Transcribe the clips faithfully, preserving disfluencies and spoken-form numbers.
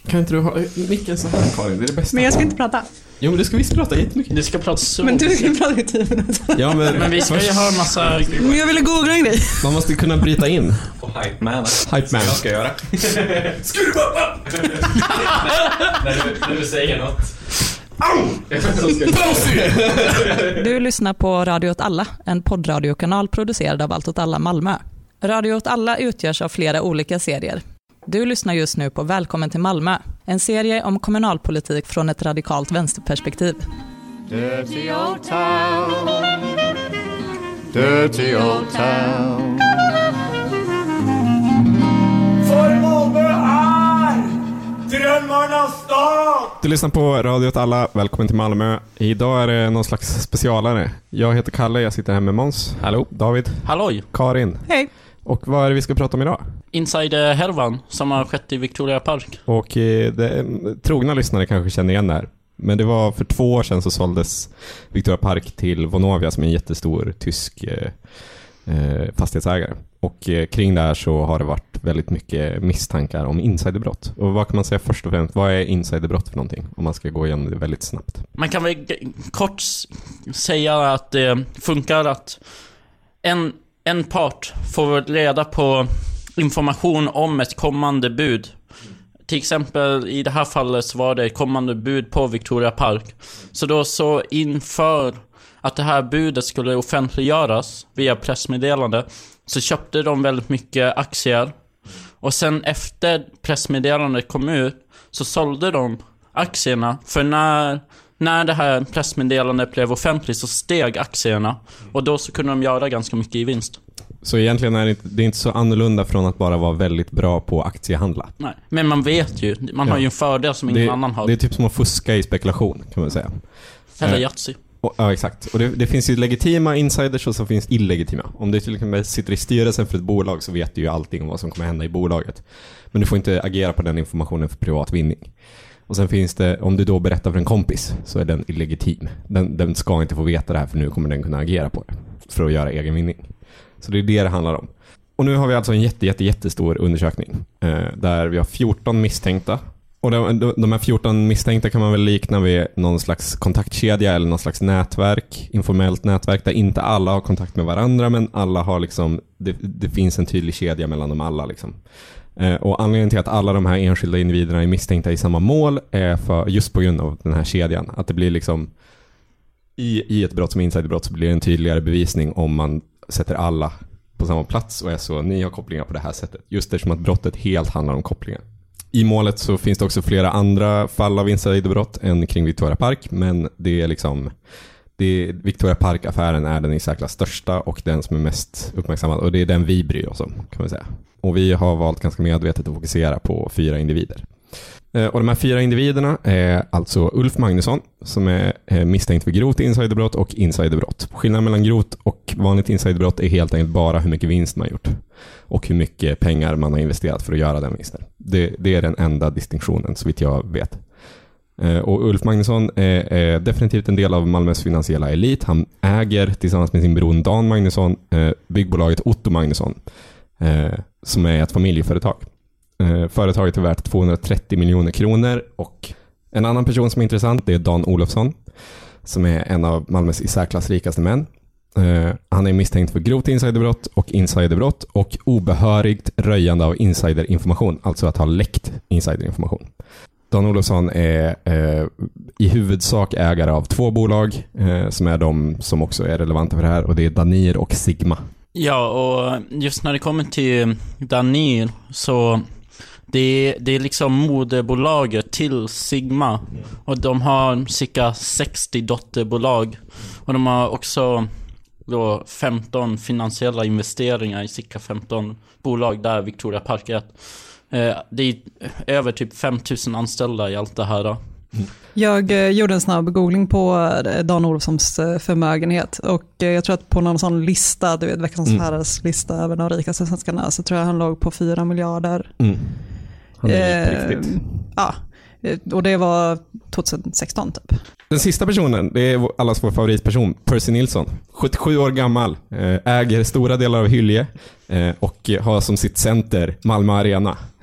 Kan inte du ha micken så här, Karin? Det är det bästa. Men jag ska inte prata. Jo, men du ska visst prata jättemycket. Du ska prata så. Men du ska prata i tio minuter. Ja, men, men vi ska först... ju ha en massa... Men jag ville googla en grej. Man måste kunna bryta in. Och hype man. Hype man. Jag ska göra. Skruva upp! när, du, när du säger något. Du lyssnar på Radio åt alla, en poddradiokanal producerad av Allt åt alla Malmö. Radio åt alla utgörs av flera olika serier. Du lyssnar just nu på Välkommen till Malmö, en serie om kommunalpolitik från ett radikalt vänsterperspektiv. Dirty old town, dirty old town. För Malmö är drömmarnas stad! Du lyssnar på Radio åt alla, välkommen till Malmö. Idag är det någon slags specialare. Jag heter Kalle, jag sitter här med Måns. Hallå, David. Halloj. Karin. Hej. Och vad är det vi ska prata om idag? Inside-härvan som har skett i Victoria Park. Och eh, det, trogna lyssnare kanske känner igen det här. Men det var för två år sedan så såldes Victoria Park till Vonovia som är en jättestor tysk eh, eh, fastighetsägare. Och eh, kring det här så har det varit väldigt mycket misstankar om insiderbrott. Och vad kan man säga först och främst? Vad är insiderbrott för någonting? Om man ska gå igenom det väldigt snabbt. Man kan väl g- kort säga att det funkar att en, en part får reda på information om ett kommande bud. Till exempel i det här fallet så var det ett kommande bud på Victoria Park. Så då så inför att det här budet skulle offentliggöras via pressmeddelande så köpte de väldigt mycket aktier. Och sen efter pressmeddelandet kom ut så sålde de aktierna. För när, när det här pressmeddelandet blev offentligt så steg aktierna. Och då så kunde de göra ganska mycket i vinst. Så egentligen är det inte, det är inte så annorlunda från att bara vara väldigt bra på aktiehandla. Nej, men man vet ju. Man Ja. har ju en fördel som ingen det, annan har. Det är typ som att fuska i spekulation kan man säga. Eller Eh, Yatzy. och, ja, exakt. Och det, det finns ju legitima insiders och så finns illegitima. Om du till exempel sitter i styrelsen för ett bolag så vet du ju allting om vad som kommer hända i bolaget. Men du får inte agera på den informationen för privat vinning. Och sen finns det, om du då berättar för en kompis så är den illegitim. Den, den ska inte få veta det här för nu kommer den kunna agera på det. För att göra egen vinning. Så det är det det handlar om. Och nu har vi alltså en jätte, jätte, jättestor undersökning. Eh, där vi har fjorton misstänkta. Och de, de här fjorton misstänkta kan man väl likna vid någon slags kontaktkedja eller någon slags nätverk, informellt nätverk där inte alla har kontakt med varandra men alla har liksom, det, det finns en tydlig kedja mellan dem alla liksom. Eh, och anledningen till att alla de här enskilda individerna är misstänkta i samma mål är för, just på grund av den här kedjan. Att det blir liksom, i, i ett brott som insiderbrott så blir det en tydligare bevisning om man sätter alla på samma plats och är så, ni har kopplingar på det här sättet. Just eftersom att brottet helt handlar om kopplingar. I målet så finns det också flera andra fall av insiderbrott än kring Victoria Park, men det är liksom det, Victoria Park-affären är den i särklass största och den som är mest uppmärksammad och det är den vi bryr oss om kan man säga. Och vi har valt ganska medvetet att fokusera på fyra individer. Och de här fyra individerna är alltså Ulf Magnusson som är misstänkt för grovt insiderbrott och insiderbrott. Skillnaden mellan grovt och vanligt insiderbrott är helt enkelt bara hur mycket vinst man har gjort och hur mycket pengar man har investerat för att göra den vinsten. Det, det är den enda distinktionen så vitt jag vet. Och Ulf Magnusson är, är definitivt en del av Malmös finansiella elit. Han äger tillsammans med sin bror Dan Magnusson byggbolaget Otto Magnusson som är ett familjeföretag. Företaget är värt tvåhundratrettio miljoner kronor och en annan person som är intressant det är Dan Olofsson som är en av Malmös i särklass rikaste män. Han är misstänkt för grovt insiderbrott och insiderbrott och obehörigt röjande av insiderinformation, alltså att ha läckt insiderinformation. Dan Olofsson är eh, i huvudsak ägare av två bolag eh, som är de som också är relevanta för det här och det är Danir och Sigma. Ja, och just när det kommer till Danir så det, det är liksom moderbolaget till Sigma och de har cirka sextio dotterbolag och de har också då femton finansiella investeringar i cirka femton bolag där Victoria Park är. Det är över typ fem tusen anställda i allt det här. Mm. Jag eh, gjorde en snabb googling på Dan Olofssons eh, förmögenhet och eh, jag tror att på någon sån lista, du vet Veckans mm. Affärers lista över de rikaste svenskarna så tror jag han låg på fyra miljarder. Mm. Han är eh, riktigt. Ja, och det var tjugohundrasexton typ. Den sista personen, det är allas vår favoritperson, Percy Nilsson. sjuttiosju år gammal, äger stora delar av Hylje och har som sitt center Malmö Arena.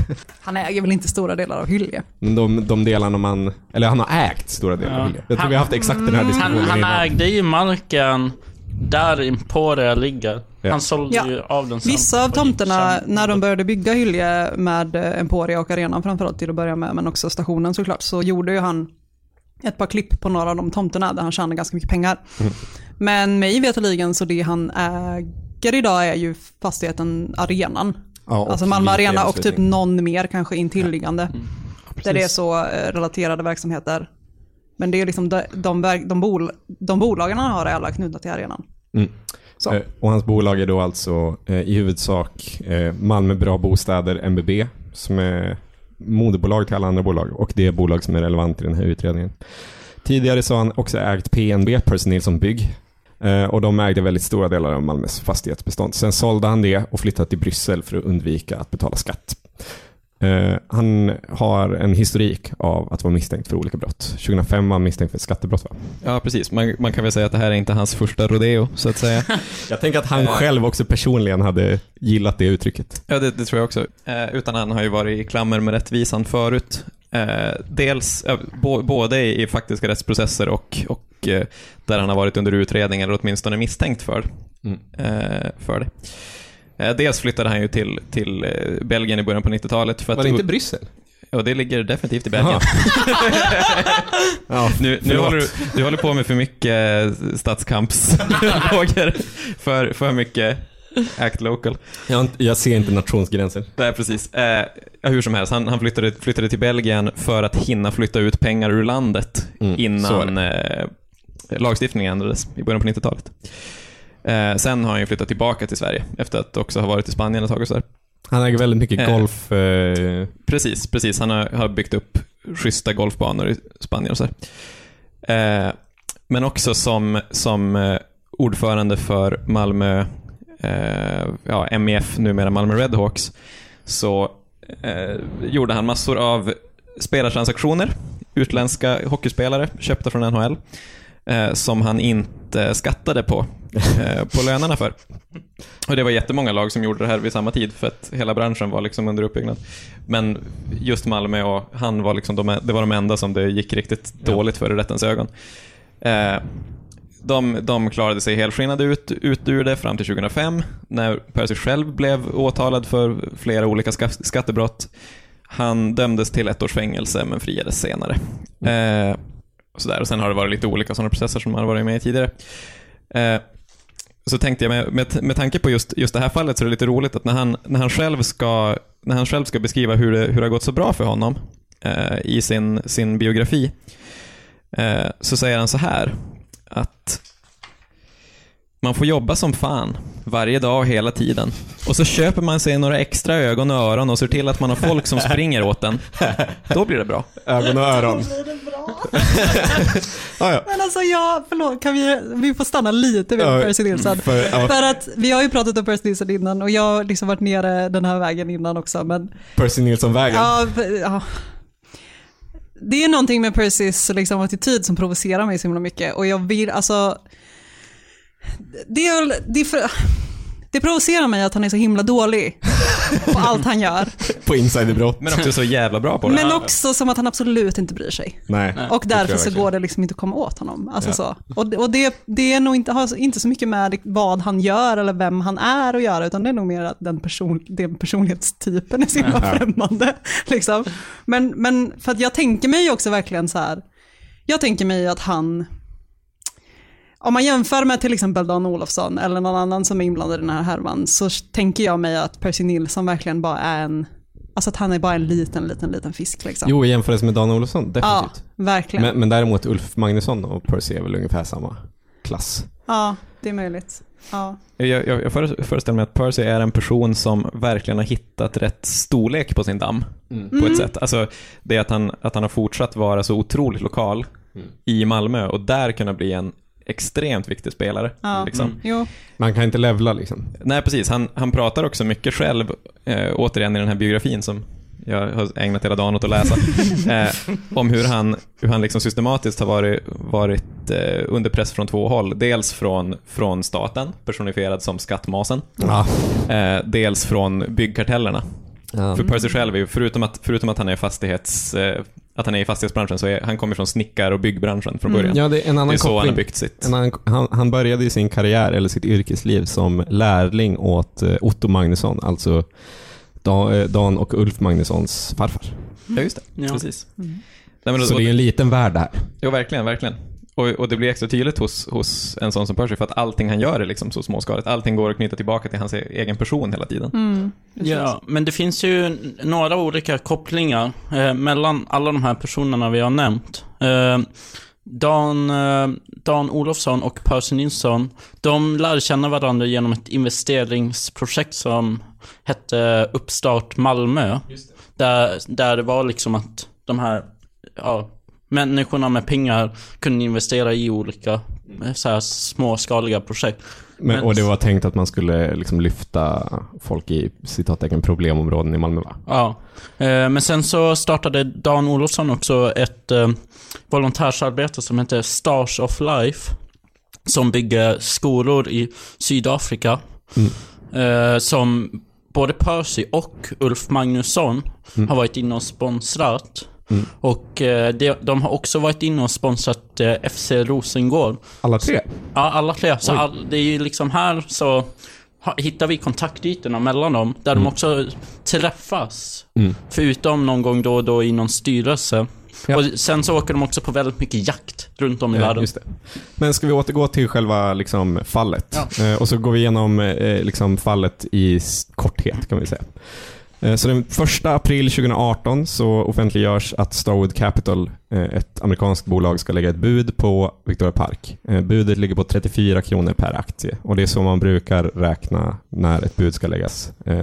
Han äger väl inte stora delar av Hyllie? Men de, de delarna man... Eller han har ägt stora delar Ja. av Hyllie. Jag tror Han- vi har haft exakt den här diskussionen Han, han innan. ägde ju marken där in på det ligger. Ja. Han sålde Ja. ju av den sen. Vissa av Och tomterna, sen- när de började bygga Hyllie med eh, Emporia och arenan framförallt till att börja med, men också stationen såklart, så gjorde ju han ett par klipp på några av de tomterna där han tjänade ganska mycket pengar. Mm. Men mig veterligen så det han äger idag är ju fastigheten arenan. Ja, och Alltså Malmö lite Arena och typ anslutning. någon mer kanske intilliggande. Mm. Där det är så eh, relaterade verksamheter. Men det är liksom de, de, verk- de, bol, de bolagen han har är alla knutna till arenan. Mm. Så. Eh, Och hans bolag är då alltså eh, i huvudsak eh, Malmö Bra Bostäder, M B B, som är moderbolag till alla andra bolag. Och det är bolag som är relevant i den här utredningen. Tidigare så har han också ägt P N B, Percy Nilsson Bygg. Eh, och de ägde väldigt stora delar av Malmös fastighetsbestånd. Sen sålde han det och flyttade till Bryssel för att undvika att betala skatt. Eh, han har en historik av att vara misstänkt för olika brott. tjugohundrafem var han misstänkt för ett skattebrott, va? Ja, precis. Man, man kan väl säga att det här är inte hans första rodeo, så att säga. Jag tänker att han själv också personligen hade gillat det uttrycket. Ja, det, det tror jag också. Eh, utan han har ju varit i klammer med rättvisan förut. Eh, dels eh, bo, både i, i faktiska rättsprocesser och, och eh, där han har varit under utredning eller åtminstone misstänkt för, Mm. eh, för det. Eh, dels flyttade han ju till, till eh, Belgien i början på nittiotalet. För Var att, det inte Bryssel? Ja, det ligger definitivt i Belgien. Ja, Nu, nu förlåt. håller du, du håller på med för mycket stadskampsfrågor. för, för mycket act local. Jag, har inte- jag ser inte nationsgränser. Nej, precis. Eh, ja, hur som helst, han, han flyttade, flyttade till Belgien för att hinna flytta ut pengar ur landet Mm, så innan eh, lagstiftningen ändrades i början på nittiotalet. Eh, sen har han ju flyttat tillbaka till Sverige efter att också ha varit i Spanien ett tag och så där. Han äger väldigt mycket Eh. golf. Eh, Precis, precis. Han har, har byggt upp schyssta golfbanor i Spanien och så där. Eh, men också som, som eh, ordförande för Malmö eh, ja, M I F, numera Malmö Redhawks, så eh, gjorde han massor av spelartransaktioner, utländska hockeyspelare köpta från N H L, eh, som han inte skattade på eh, på lönerna för. Och det var jättemånga lag som gjorde det här vid samma tid, för att hela branschen var liksom under uppbyggnad. Men just Malmö och han var liksom de, det var de enda som det gick riktigt dåligt för i rättens ögon. Eh, de, de klarade sig helskinnade ut, ut ur det fram till tjugohundrafem, när Percy själv blev åtalad för flera olika ska- skattebrott. Han dömdes till ett års fängelse men friades senare. Eh, och, så där. Och sen har det varit lite olika sådana processer som han har varit med i tidigare. Eh, så tänkte jag med, med, med tanke på just, just det här fallet, så är det lite roligt att när han, när han, själv, ska, när han själv ska beskriva hur det, hur det har gått så bra för honom eh, i sin, sin biografi, eh, så säger han så här att man får jobba som fan varje dag hela tiden. Och så köper man sig några extra ögon och öron och ser till att man har folk som springer åt den. Då blir det bra. ögon och öron. ah, ja. Men alltså jag, förlåt, kan vi, vi får stanna lite vid Ja, Percy Nilsson. för- ja. För att vi har ju pratat om Percy Nilsson innan och jag har liksom varit nere den här vägen innan också. Men Percy Nilsson-vägen. ja, för- ja. Det är någonting med Percys liksom, attityd som provocerar mig så himla mycket. Och jag vill, alltså... Det, är, det, är för, det provocerar mig att han är så himla dålig på allt han gör. På insiderbrott. Men också så jävla bra på det. Men också som att han absolut inte bryr sig. Nej. Och det tror därför jag så verkligen. går det liksom inte att komma åt honom. Alltså Ja. så. Och, och det, det är nog inte, har inte så mycket med vad han gör eller vem han är att göra, utan det är nog mer att den, person, den personlighetstypen är så himla Ja. främmande. Liksom. Men, men för att jag tänker mig också verkligen så här, jag tänker mig att han, om man jämför med till exempel Dan Olofsson eller någon annan som är inblandad i den här härvan, så tänker jag mig att Percy Nilsson verkligen bara är en, alltså att han är bara en liten, liten, liten fisk liksom. Jo, i jämförelse med Dan Olofsson, Ja, definitivt. verkligen. Men, men däremot Ulf Magnusson och Percy är väl ungefär samma klass. Ja, det är möjligt. Ja. Jag, jag, jag före- föreställer mig att Percy är en person som verkligen har hittat rätt storlek på sin damm på Mm. ett sätt. Alltså det är att han, att han har fortsatt vara så otroligt lokal Mm. i Malmö och där kunna bli en extremt viktig spelare. Ja. Liksom. Mm. Jo. Man kan inte levla liksom. Nej, precis. Han, han pratar också mycket själv, eh, återigen i den här biografin som jag har ägnat hela dagen åt att läsa, eh, om hur han, hur han liksom systematiskt har varit, varit eh, under press från två håll. Dels från, från staten, personifierad som skattmasen. Ja. Eh, dels från byggkartellerna. Ja. För Percy själv är ju, förutom att, förutom att han är fastighets... Eh, att han är i fastighetsbranschen så är han kommer från snickar- och byggbranschen från början. Ja, det är en annan det är så koppling. han har byggt sitt. En annan, han, han började i sin karriär eller sitt yrkesliv som lärling åt eh, Otto Magnusson, alltså Dan, Dan och Ulf Magnussons farfar. Ja, just det. Ja. Precis. Mm. Nej, men, Så och, det är en liten värld här. Jo, verkligen, verkligen. Och, och det blir extra tydligt hos, hos en sån som Percy för att allting han gör är liksom så småskaligt. Allting går att knyta tillbaka till hans egen person hela tiden. Mm. Ja, men det finns ju några olika kopplingar eh, mellan alla de här personerna vi har nämnt. Eh, Dan, eh, Dan Olofsson och Percy Nilsson, de lärde känna varandra genom ett investeringsprojekt som hette Uppstart Malmö. Där, där det var liksom att de här ja, människorna med pengar kunde investera i olika så här småskaliga projekt. Men, Men- och det var tänkt att man skulle liksom lyfta folk i citattecken problemområden i Malmö, va? Ja, eh, men sen så startade Dan Olofsson också ett eh, volontärsarbete som heter Stars of Life, som bygger skolor i Sydafrika. Mm. Eh, som både Percy och Ulf Magnusson Mm. har varit inne och sponsrat. Mm. Och eh, de, de har också varit inne och sponsrat eh, F C Rosengård. Alla tre? Ja, alla tre. Så Oj. all, det är ju liksom här så ha, hittar vi kontaktytorna mellan dem. Där Mm. de också träffas. Mm. Förutom någon gång då och då i någon styrelse. Ja. Och sen så åker de också på väldigt mycket jakt runt om i Ja, världen. just det. Men ska vi återgå till själva liksom, fallet? Eh, och så går vi igenom eh, liksom, fallet i s- korthet, kan vi säga. Eh, så den första april tjugoarton så offentliggörs att Starwood Capital, eh, ett amerikanskt bolag, ska lägga ett bud på Victoria Park. Eh, budet ligger på trettiofyra kronor per aktie. Och det är så man brukar räkna när ett bud ska läggas. Eh,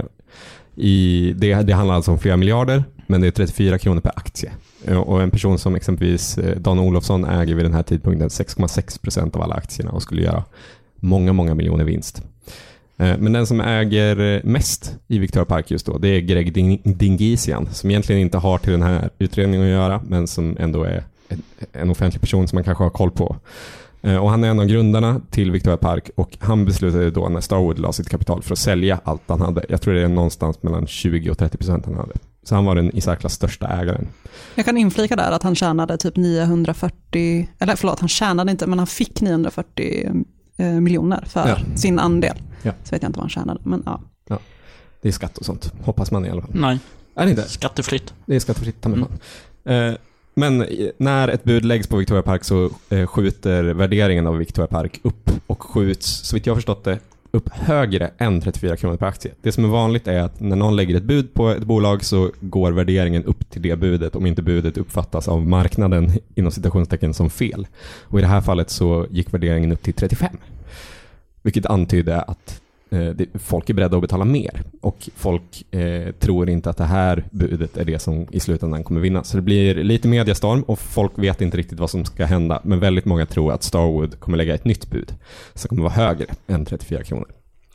i, det, det handlar alltså om flera miljarder, men det är trettiofyra kronor per aktie. Eh, Och en person som exempelvis eh, Dan Olofsson äger vid den här tidpunkten sex komma sex procent av alla aktierna och skulle göra många, många miljoner vinst. Eh, Men den som äger mest i Victoria Park just då, det är Greg Ding- Dingisian, som egentligen inte har till den här utredningen att göra, men som ändå är en, en offentlig person som man kanske har koll på. Eh, Och han är en av grundarna till Victoria Park, och han beslutade då när Starwood la sitt kapital för att sälja allt han hade. Jag tror det är någonstans mellan tjugo och trettio procent han hade. Så han var den i särklass största ägaren. Jag kan inflika där att han tjänade typ niohundrafyrtio, eller förlåt, han tjänade inte, men han fick niohundrafyrtio eh, miljoner för Ja. sin andel. Ja. Så vet jag inte vad han tjänade, men ja. Det är skatt och sånt, hoppas man i alla fall. Nej, Är det inte? skattefritt. Det är skattefritt, ta mig fan. Eh, Men eh, när ett bud läggs på Victoria Park så eh, skjuter värderingen av Victoria Park upp och skjuts, så vitt jag har förstått det, upp högre än trettiofyra kronor per aktie. Det som är vanligt är att när någon lägger ett bud på ett bolag så går värderingen upp till det budet om inte budet uppfattas av marknaden inom citationstecken som fel. Och i det här fallet så gick värderingen upp till trettiofem. Vilket antydde att eh, det, folk är beredda att betala mer. Och folk eh, tror inte att det här budet är det som i slutändan kommer vinna. Så det blir lite mediastorm och folk vet inte riktigt vad som ska hända. Men väldigt många tror att Starwood kommer lägga ett nytt bud som kommer vara högre än trettiofyra kronor.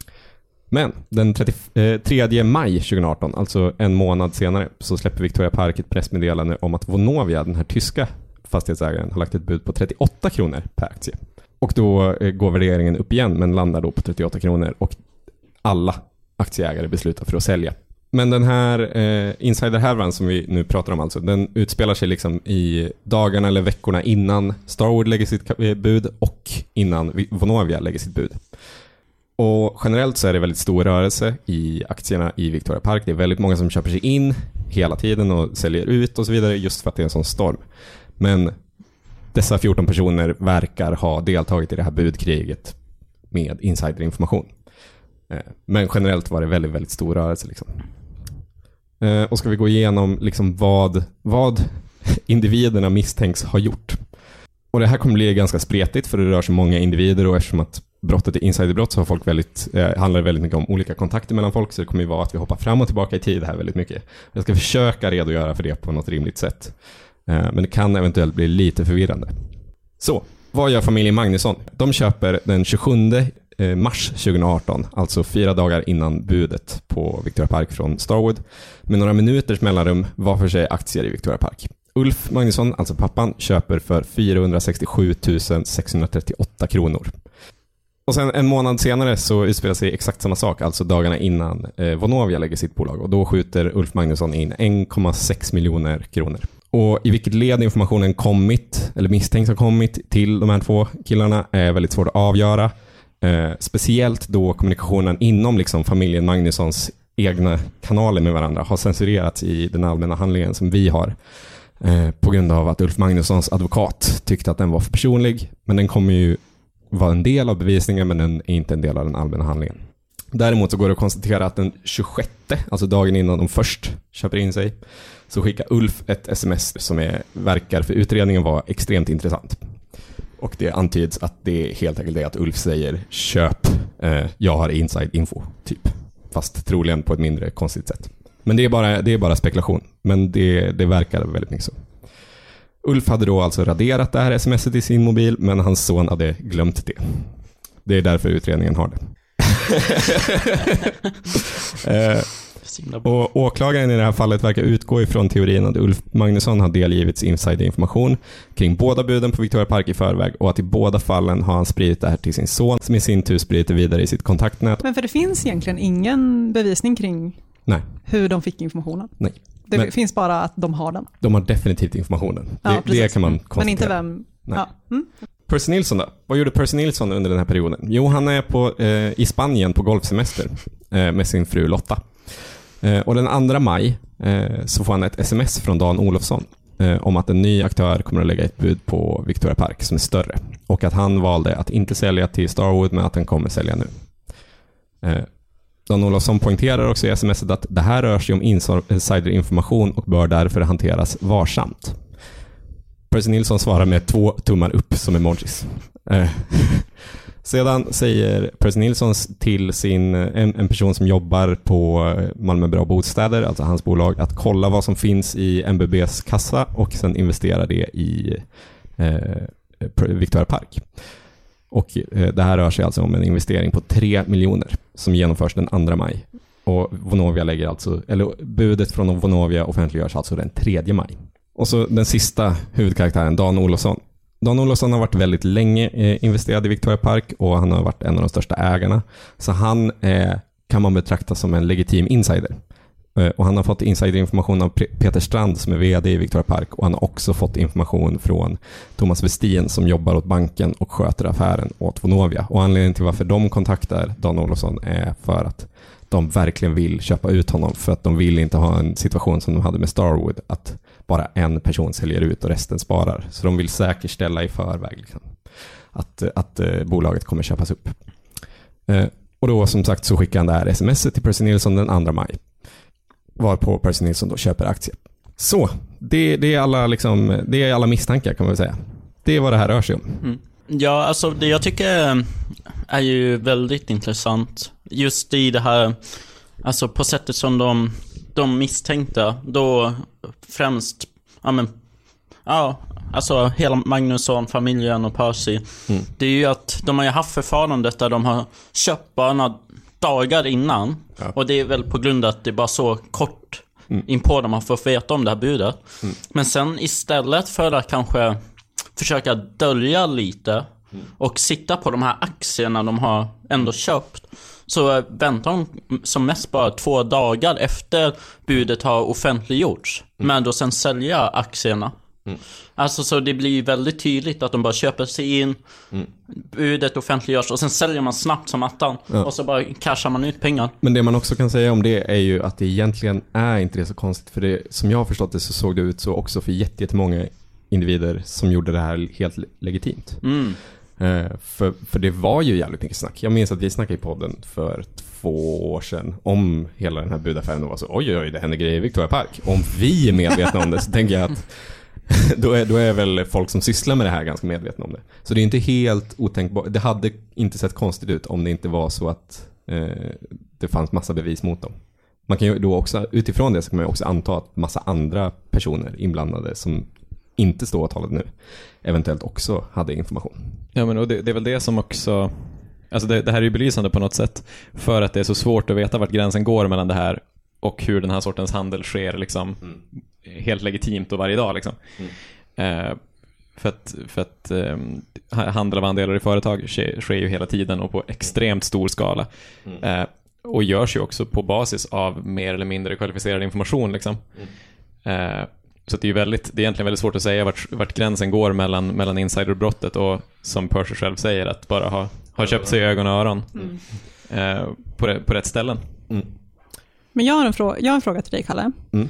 Men den trettiotredje maj tjugoarton, alltså en månad senare, så släpper Victoria Park ett pressmeddelande om att Vonovia, den här tyska fastighetsägaren, har lagt ett bud på trettioåtta kronor per aktie. Och då eh, går värderingen upp igen, men landar då på trettioåtta kronor, och alla aktieägare beslutar för att sälja. Men den här eh, insiderhärvan som vi nu pratar om, alltså, den utspelar sig liksom i dagarna eller veckorna innan Starwood lägger sitt ka- bud och innan Vonovia lägger sitt bud. Och generellt så är det väldigt stor rörelse i aktierna i Victoria Park. Det är väldigt många som köper sig in hela tiden och säljer ut och så vidare, just för att det är en sån storm. Men dessa fjorton personer verkar ha deltagit i det här budkriget med insiderinformation. Men generellt var det väldigt, väldigt stor rörelse. Liksom. Och ska vi gå igenom liksom vad, vad individerna misstänks ha gjort. Och det här kommer bli ganska spretigt, för det rör sig många individer, och eftersom att brottet är insiderbrott så har folk väldigt, eh, handlar det väldigt mycket om olika kontakter mellan folk, så det kommer ju vara att vi hoppar fram och tillbaka i tid här väldigt mycket. Jag ska försöka redogöra för det på något rimligt sätt. Eh, men det kan eventuellt bli lite förvirrande. Så, vad gör familjen Magnusson? De köper den tjugosjunde mars tjugoarton, alltså fyra dagar innan budet på Victoria Park från Starwood, med några minuters mellanrum var för sig aktier i Victoria Park. Ulf Magnusson, alltså pappan, köper för fyrahundrasextiosju tusen sexhundratrettioåtta kronor. Och sen en månad senare så utspelar sig exakt samma sak, alltså dagarna innan eh, Vonovia lägger sitt bolag. Och då skjuter Ulf Magnusson in en komma sex miljoner kronor. Och i vilket led informationen kommit, eller misstänks ha kommit till de här två killarna är väldigt svårt att avgöra. Eh, speciellt då kommunikationen inom liksom familjen Magnussons egna kanaler med varandra har censurerats i den allmänna handlingen som vi har. Eh, på grund av att Ulf Magnussons advokat tyckte att den var för personlig. Men den kommer ju vara en del av bevisningen, men den är inte en del av den allmänna handlingen. Däremot så går det att konstatera att den tjugosjätte, alltså dagen innan de först köper in sig, så skickar Ulf ett sms som är, verkar för utredningen vara extremt intressant. Och det antyds att det helt enkelt är att Ulf säger köp, eh, jag har inside info, typ. Fast troligen på ett mindre konstigt sätt. Men det är bara, det är bara spekulation. Men det, det verkar väldigt mycket så. Ulf hade då alltså raderat det här smset i sin mobil, men hans son hade glömt det. Det är därför utredningen har det. eh, och åklagaren i det här fallet verkar utgå ifrån teorin att Ulf Magnusson har delgivits insiderinformation kring båda buden på Victoria Park i förväg, och att i båda fallen har han spridit det här till sin son, som i sin tur spridit det vidare i sitt kontaktnät. Men för det finns egentligen ingen bevisning kring Nej. hur de fick informationen. Nej. Det Men finns bara att de har den. de har definitivt informationen. Det, Ja, det kan man konstatera. Men inte vem. Nej. Ja. Mm. Percy Nilsson då? Vad gjorde Percy Nilsson under den här perioden? Jo, han är på, eh, i Spanien på golfsemester eh, med sin fru Lotta. Eh, och den andra maj eh, så får han ett sms från Dan Olofsson eh, om att en ny aktör kommer att lägga ett bud på Victoria Park som är större. Och att han valde att inte sälja till Starwood, men att han kommer sälja nu. Eh, Dan Olofsson poängterar också i smset att det här rör sig om insiderinformation och bör därför hanteras varsamt. Percy Nilsson svarar med två tummar upp som emojis. Eh. Sedan säger Percy Nilsson till sin, en, en person som jobbar på Malmö Bra Bostäder, alltså hans bolag, att kolla vad som finns i M B B:s kassa och sen investera det i eh, Victoria Park. Och eh, det här rör sig alltså om en investering på tre miljoner som genomförs den andra maj. Och Vonovia lägger alltså, eller budet från Vonovia offentliggörs alltså den tredje maj. Och så den sista huvudkaraktären, Dan Olofsson. Dan Olofsson har varit väldigt länge eh, investerad i Victoria Park, och han har varit en av de största ägarna. Så han eh, kan man betrakta som en legitim insider. Eh, och han har fått insiderinformation av Peter Strand som är vd i Victoria Park, och han har också fått information från Thomas Westin som jobbar åt banken och sköter affären åt Vonovia. Och anledningen till varför de kontaktar Dan Olofsson är för att de verkligen vill köpa ut honom, för att de vill inte ha en situation som de hade med Starwood, att bara en person säljer ut och resten sparar. Så de vill säkerställa i förväg liksom, att, att uh, bolaget kommer köpas upp. Uh, och då som sagt så skickar han det här smset till Percy Nilsson den andra maj. Varpå Percy Nilsson då köper aktier. Så, det, det, är alla, liksom, det är alla misstankar kan man väl säga. Det är vad det här rör sig om. Mm. Ja, alltså det jag tycker är ju väldigt intressant. Just i det här, alltså på sättet som de, de misstänkta, då främst, ja men, ja, alltså hela Magnusson, familjen och Percy. Mm. Det är ju att de har ju haft förfarandet där de har köpt bara några dagar innan. Ja. Och det är väl på grund av att det är bara så kort mm. inpå de har fått veta om det här budet. Mm. Men sen istället för att kanske försöka dölja lite mm. och sitta på de här aktierna de har ändå köpt, så väntar de som mest bara två dagar efter budet har offentliggjorts mm. men då sen sälja aktierna. Mm. Alltså så det blir väldigt tydligt att de bara köper sig in, mm. budet offentliggörs och sen säljer man snabbt som attan ja. Och så bara cashar man ut pengar. Men det man också kan säga om det är ju att det egentligen är inte det så konstigt, för det, som jag har förstått det så såg det ut så också för jättemånga individer som gjorde det här helt legitimt. Mm. Uh, för, för det var ju jävligt mycket snack. Jag minns att vi snackade i podden för två år sedan om hela den här budaffären och var så, oj oj, det händer grejer i Victoria Park. Om vi är medvetna om det så tänker jag att då är, då är väl folk som sysslar med det här ganska medvetna om det. Så det är inte helt otänkbart. Det hade inte sett konstigt ut om det inte var så att uh, det fanns massa bevis mot dem. Man kan ju då också, utifrån det så kan man ju också anta att massa andra personer inblandade som inte står åtalet nu eventuellt också hade information. Ja, men och det, det är väl det som också, alltså det, det här är ju belysande på något sätt, för att det är så svårt att veta vart gränsen går mellan det här och hur den här sortens handel sker liksom mm. helt legitimt och varje dag liksom. Mm. Eh, För att, för att um, handel av andelar i företag sker, sker ju hela tiden och på extremt stor skala. Mm. Eh, och görs ju också på basis av mer eller mindre kvalificerad information. Liksom. Mm. Eh, så det är ju väldigt, det är egentligen väldigt svårt att säga vart, vart gränsen går mellan, mellan insiderbrottet och, som Percy själv säger, att bara ha, ha köpt sig i ögon och öron mm. eh, på, det, på rätt ställen. Mm. Men jag har, en fråga, jag har en fråga till dig, Kalle. Mm.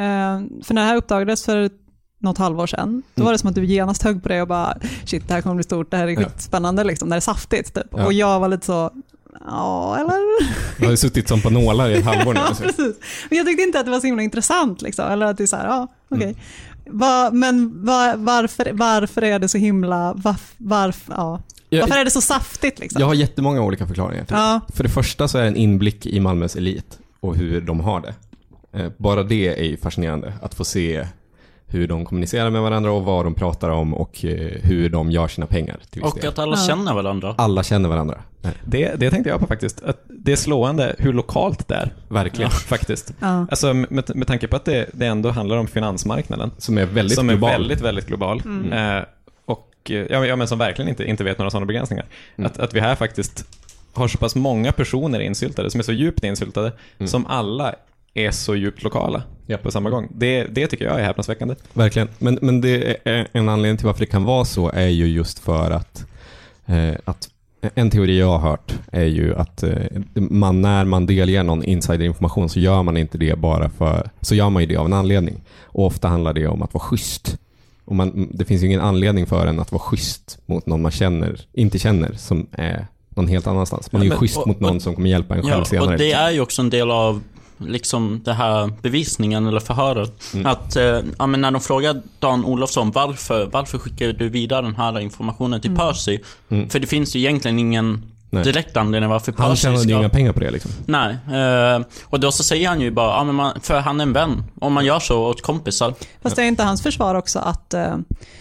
Eh, för när det här uppdagades för något halvår sedan, då var det som att du genast högg på det och bara, shit, det här kommer bli stort, det här är skitspännande, liksom, det här är saftigt. Typ. Ja. Och jag var lite så, ja, eller? Jag har ju suttit som på nålar i ett halvår nu. Ja, precis. Men jag tyckte inte att det var så himla intressant, liksom. Eller att det är så här, ja, okej. Okay. Mm. Va, men va, varför, varför är det så himla, varf, varf, ja. varför är det så saftigt? Liksom? Jag har jättemånga olika förklaringar till ja. det. För det första så är det en inblick i Malmös elit och hur de har det. Bara det är ju fascinerande, att få se hur de kommunicerar med varandra och vad de pratar om och hur de gör sina pengar. Och det. Att alla ja. känner varandra. Alla känner varandra. Det, det tänkte jag på faktiskt. Att det är slående hur lokalt det är. Verkligen. Ja. Faktiskt. Ja. Alltså med, med tanke på att det, det ändå handlar om finansmarknaden. Som är väldigt som global. Är väldigt, väldigt global. Mm. Eh, och ja, ja, men som verkligen inte, inte vet några sådana begränsningar. Mm. Att, att vi här faktiskt har så pass många personer insyltade, som är så djupt insyltade, mm. som alla är så djupt lokala ja. på samma gång. Det, det tycker jag är häpnadsväckande. Verkligen. Men, men det är en anledning till varför det kan vara så är ju just för att, eh, att en teori jag har hört är ju att eh, man, när man delger någon insiderinformation så gör man inte det bara för, så gör man ju det av en anledning. Och ofta handlar det om att vara schysst. Och man, det finns ju ingen anledning för en att vara schysst mot någon man känner, inte känner, som är någon helt annanstans. Man är ju ja, men, schysst och, mot någon och, som kommer hjälpa en själv ja, senare. Och det är ju också en del av liksom det här bevisningen eller förhöret. Mm. Att eh, ja, men när de frågar Dan Olofsson varför, varför skickar du vidare den här informationen till mm. Percy? Mm. För det finns ju egentligen ingen Nej. direkt anledning varför Percy han tjänar ska... ju inga pengar på det liksom. Nej. Eh, och då så säger han ju bara ja, men man, för han är en vän. Om man gör så åt kompisar. Fast det är inte hans försvar också att eh,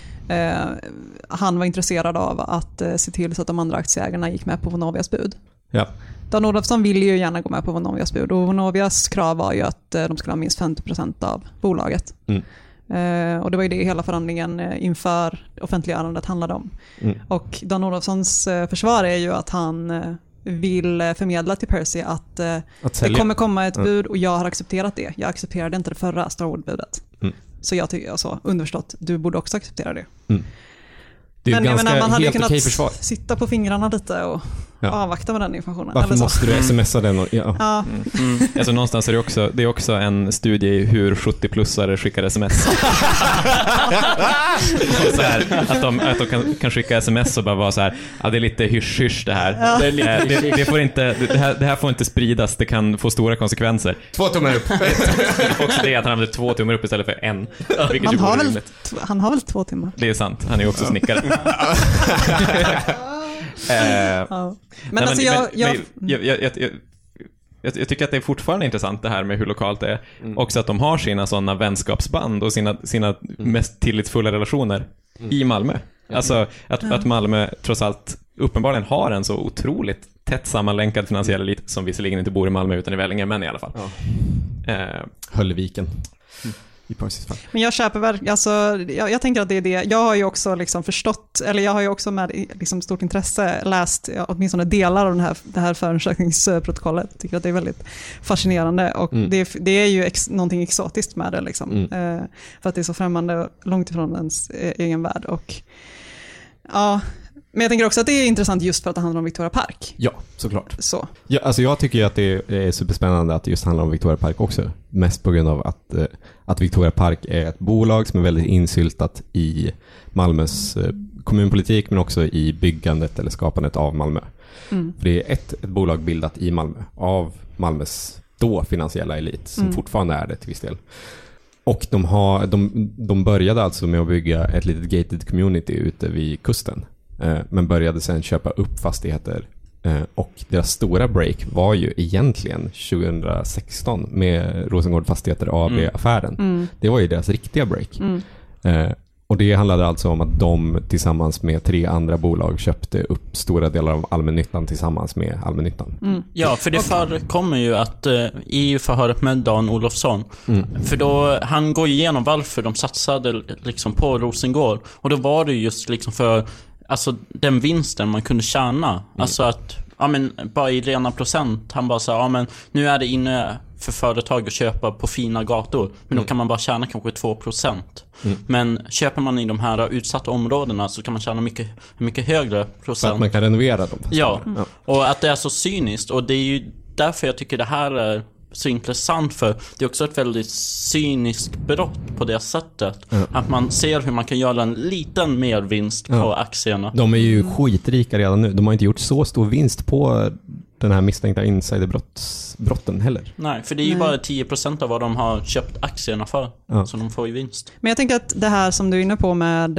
eh, han var intresserad av att eh, se till så att de andra aktieägarna gick med på Vonovias bud. Ja. Dan Olofsson ville ju gärna gå med på Vonovias bud och Vonovias krav var ju att de skulle ha minst femtio procent av bolaget. Mm. Eh, och det var ju det hela förhandlingen inför offentliggörandet handlade om. Mm. Och Dan Olofssons eh, försvar är ju att han eh, vill förmedla till Percy att, eh, att det kommer komma ett bud och jag har accepterat det. Jag accepterade inte det förra Star Wars-budet. Mm. Så jag tycker så, underförstått, du borde också acceptera det. Mm. Det är men ganska menar, man hade helt kunnat okej försvar. Sitta på fingrarna lite och ja. avvakta med den informationen. Varför eller måste du smsa den? Och, ja. Ja. Mm. Mm. Alltså någonstans är det också, det är också en studie i hur sjuttio-plussare skickar sms. Så här, att de, att de kan, kan skicka sms och bara vara så här, ja det är lite hysch-hysch det här. Ja. Det, det, det, får inte, det, här, det här får inte spridas, det kan få stora konsekvenser. Två tummar upp. Också det att han använder två tummar upp istället för en. Han har, väl, t- han har väl två timmar. Det är sant, han är ju också snickare. uh, ja. Men alltså jag jag, jag, jag, jag, jag, jag, jag tycker att det är fortfarande intressant det här med hur lokalt det är. Mm. Också att de har sina sådana vänskapsband och sina, sina mm. mest tillitsfulla relationer mm. i Malmö. Alltså att, ja. att Malmö trots allt uppenbarligen har en så otroligt tätt sammanlänkad finansiell elit som visserligen inte bor i Malmö utan i Vellinge, men i alla fall. Ja. Uh, Höllviken. Mm. Men jag köper väl, alltså, jag, jag tänker att det är det. Jag har ju också liksom förstått, eller jag har ju också med liksom stort intresse läst ja, åtminstone delar av den här, det här förundersökningsprotokollet. Jag tycker att det är väldigt fascinerande och mm. det, det är ju ex, någonting exotiskt med det liksom. Mm. Eh, för att det är så främmande och långt ifrån ens egen värld. Och ja, men jag tänker också att det är intressant just för att det handlar om Victoria Park. Ja, såklart. Så. Ja, alltså jag tycker ju att det är superspännande att det just handlar om Victoria Park också. Mest på grund av att, att Victoria Park är ett bolag som är väldigt insyltat i Malmös kommunpolitik men också i byggandet eller skapandet av Malmö. Mm. För det är ett, ett bolag bildat i Malmö av Malmös då finansiella elit som mm. fortfarande är det till viss del. Och de, har, de, de började alltså med att bygga ett litet gated community ute vid kusten. Men började sen köpa upp fastigheter och deras stora break var ju egentligen tjugohundrasexton med Rosengård Fastigheter A B-affären. Mm. Mm. Det var ju deras riktiga break. Mm. Och det handlade alltså om att de tillsammans med tre andra bolag köpte upp stora delar av allmännyttan tillsammans med allmännyttan. Mm. Ja, för det förekommer ju att uh, i förhöret med Dan Olofsson, mm. för då han går igenom varför de satsade liksom på Rosengård, och då var det just liksom för alltså den vinsten man kunde tjäna, mm. alltså att ja men bara i rena procent, han bara sa ja men nu är det inne för företag att köpa på fina gator, men mm. då kan man bara tjäna kanske två procent. Mm. Men köper man i de här utsatta områdena så kan man tjäna mycket, mycket högre procent. För att man kan renovera dem. Ja, mm. och att det är så cyniskt, och det är ju därför jag tycker det här är så intressant, för det är också ett väldigt cyniskt brott på det sättet. Mm. Att man ser hur man kan göra en liten mer vinst på ja. aktierna. De är ju skitrika redan nu. De har inte gjort så stor vinst på den här misstänkta insiderbrotten heller. Nej, för det är ju Nej. bara tio procent av vad de har köpt aktierna för. Ja. Så de får ju vinst. Men jag tänker att det här som du är inne på med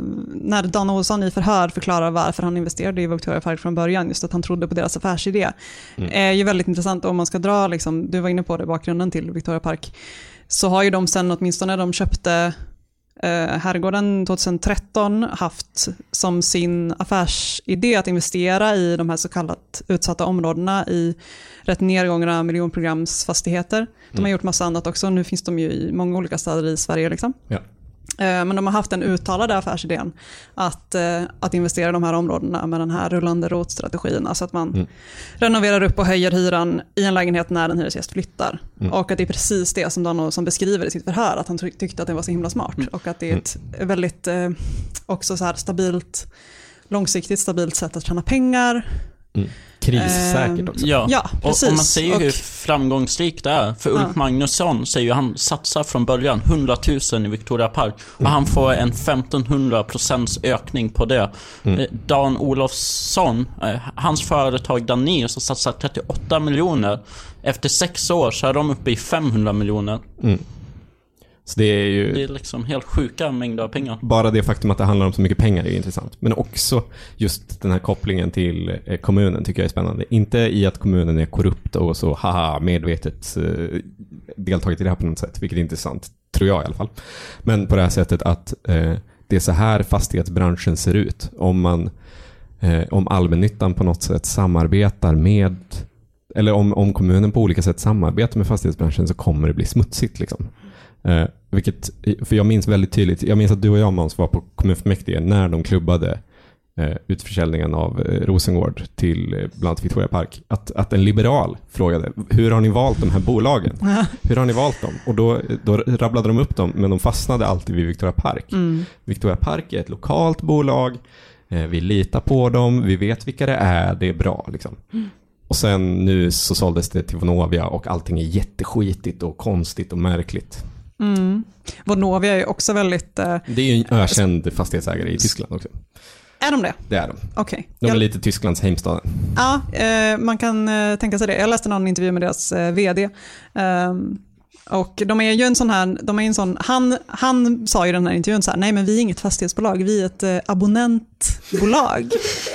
när Dan Olsson i förhör förklarar varför han investerade i Victoria Park från början, just att han trodde på deras affärsidé, mm. är ju väldigt intressant. Om man ska dra, liksom, du var inne på det, bakgrunden till Victoria Park, så har ju de sen åtminstone när de köpte Uh, Herrgården tjugohundratretton haft som sin affärsidé att investera i de här så kallat utsatta områdena i rätt nedgångna miljonprogramsfastigheter. De mm. har gjort massa annat också. Nu finns de ju i många olika städer i Sverige. Liksom. Ja. Uh, men de har haft en uttalad affärsidén att, uh, att investera i de här områdena med den här rullande rotstrategin. Alltså att man mm. renoverar upp och höjer hyran i en lägenhet när en hyresgäst flyttar. Mm. Och att det är precis det som Dan Olsson beskriver i sitt förhör, att han tyckte att det var så himla smart. Mm. Och att det är ett mm. väldigt uh, också så här stabilt, långsiktigt stabilt sätt att tjäna pengar. Mm. Krissäkert också. Ja, ja precis. Och, och man ser ju och, hur framgångsrikt det är. För Ulf ja. Magnusson säger ju, han satsar från början hundratusen i Victoria Park. Och mm. han får en femtonhundra procents ökning på det. Mm. Dan Olofsson, hans företag Danir, så satsar trettioåtta miljoner. Efter sex år så är de uppe i femhundra miljoner. Mm. Så det är ju... Det är liksom helt sjuka mängder av pengar. Bara det faktum att det handlar om så mycket pengar är intressant. Men också just den här kopplingen till kommunen tycker jag är spännande. Inte i att kommunen är korrupt och så haha medvetet eh, deltagit i det här på något sätt. Vilket är intressant, tror jag i alla fall. Men på det här sättet att eh, det är så här fastighetsbranschen ser ut. Om man eh, om allmännyttan på något sätt samarbetar med... Eller om, om kommunen på olika sätt samarbetar med fastighetsbranschen, så kommer det bli smutsigt liksom. Eh, vilket, för jag minns väldigt tydligt, jag minns att du och jag, Måns, var på kommunfullmäktige när de klubbade eh, utförsäljningen av eh, Rosengård till eh, bland annat Victoria Park, att, att en liberal frågade, hur har ni valt de här bolagen? Hur har ni valt dem? Och då, då rabblade de upp dem, men de fastnade alltid vid Victoria Park. Mm. Victoria Park är ett lokalt bolag, eh, vi litar på dem, vi vet vilka det är, det är bra liksom. Mm. Och sen nu så såldes det till Vonovia och allting är jätteskitigt och konstigt och märkligt. Mm. Vonovia är också väldigt... Eh, det är ju en ökänd fastighetsägare i Tyskland också. Är de det? Det är de. Okay. De är jag... lite Tysklands heimstad. Ja, eh, man kan eh, tänka sig det. Jag läste någon intervju med deras eh, vd. Um, och de är ju en sån här... De är en sån, han, han sa i den här intervjun så här, nej men vi är inget fastighetsbolag, vi är ett eh, abonnentbolag.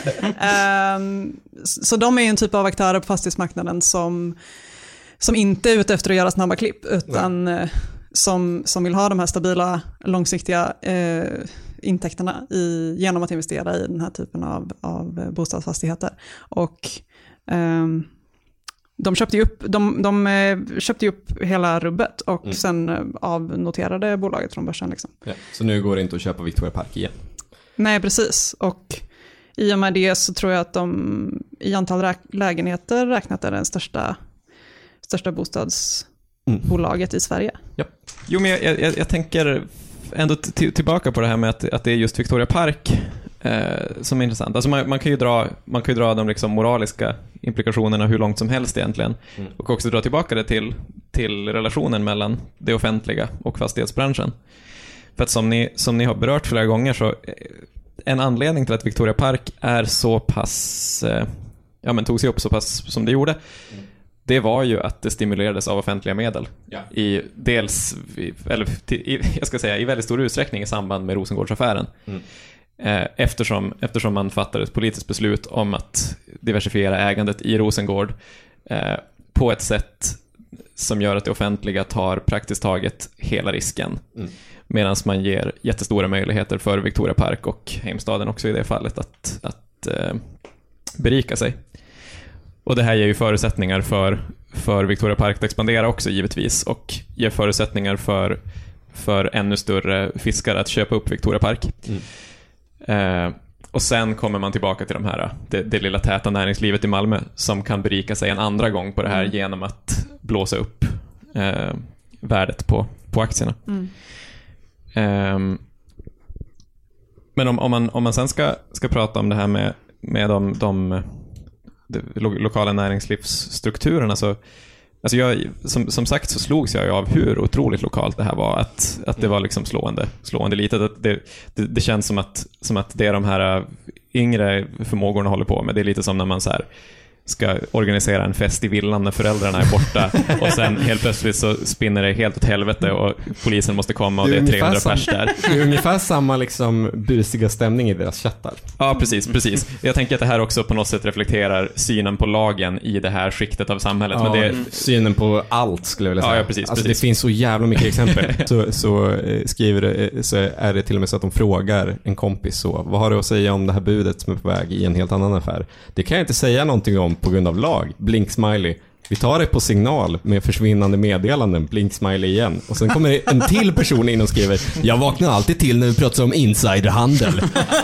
um, så de är en typ av aktörer på fastighetsmarknaden som, som inte är ute efter att göra snabba klipp, utan... Eh, Som, som vill ha de här stabila, långsiktiga eh, intäkterna i, genom att investera i den här typen av, av bostadsfastigheter. Och eh, de köpte ju upp, de, de eh, köpte upp hela rubbet och mm. sen eh, avnoterade bolaget från börsen. Liksom. Ja, så nu går det inte att köpa Victoria Park igen? Nej, precis. Och i och med det så tror jag att de i antal räk- lägenheter räknat är den största, största bostads... Mm. bolaget i Sverige. Ja. Jo, men jag, jag, jag tänker ändå t- tillbaka på det här med att, att det är just Victoria Park eh, som är intressant. Alltså man, man kan ju dra, man kan ju dra de liksom moraliska implikationerna hur långt som helst egentligen. Mm. Och också dra tillbaka det till, till relationen mellan det offentliga och fastighetsbranschen. För att som ni, som ni har berört flera gånger, så en anledning till att Victoria Park är så pass eh, ja men tog sig upp så pass som det gjorde, mm. det var ju att det stimulerades av offentliga medel. Ja. I dels, eller i, jag ska säga, i väldigt stor utsträckning i samband med Rosengårdsaffären. Mm. Eh, eftersom, eftersom man fattade ett politiskt beslut om att diversifiera ägandet i Rosengård eh, på ett sätt som gör att det offentliga tar praktiskt taget hela risken. Mm. Medan man ger jättestora möjligheter för Victoria Park och Heimstaden också i det fallet att, att eh, berika sig. Och det här ger ju förutsättningar för, för Victoria Park att expandera också givetvis, och ger förutsättningar för, för ännu större fiskare att köpa upp Victoria Park. Mm. Eh, och sen kommer man tillbaka till de här, det, det lilla täta näringslivet i Malmö som kan berika sig en andra gång på det här mm. genom att blåsa upp eh, värdet på, på aktierna. Mm. Um, men om, om, man, om man sen ska, ska prata om det här med, med de, de, de lo, lokala näringslivsstrukturerna, så alltså jag, som, som sagt så slogs jag av hur otroligt lokalt det här var, att, att det var liksom slående, slående litet. Att det, det, det känns som att, som att det är de här yngre förmågorna håller på med. Det är lite som när man så här ska organisera en fest i villan när föräldrarna är borta och sen helt plötsligt så spinner det helt åt helvete och polisen måste komma och det är, det är trehundra pers där. Det är ungefär samma liksom busiga stämning i deras chattar. Ja, precis, precis. Jag tänker att det här också på något sätt reflekterar synen på lagen i det här skiktet av samhället. Ja, men det är... synen på allt skulle jag vilja säga. Ja, ja, precis, alltså, precis. Det finns så jävla mycket exempel. så, så, eh, skriver det, så är det till och med så att de frågar en kompis så, vad har du att säga om det här budet som är på väg i en helt annan affär? Det kan jag inte säga någonting om på grund av lag. Blink smiley. Vi tar det på signal med försvinnande meddelanden. Blink smiley igen. Och sen kommer en till person in och skriver: jag vaknar alltid till när vi pratar om insiderhandel.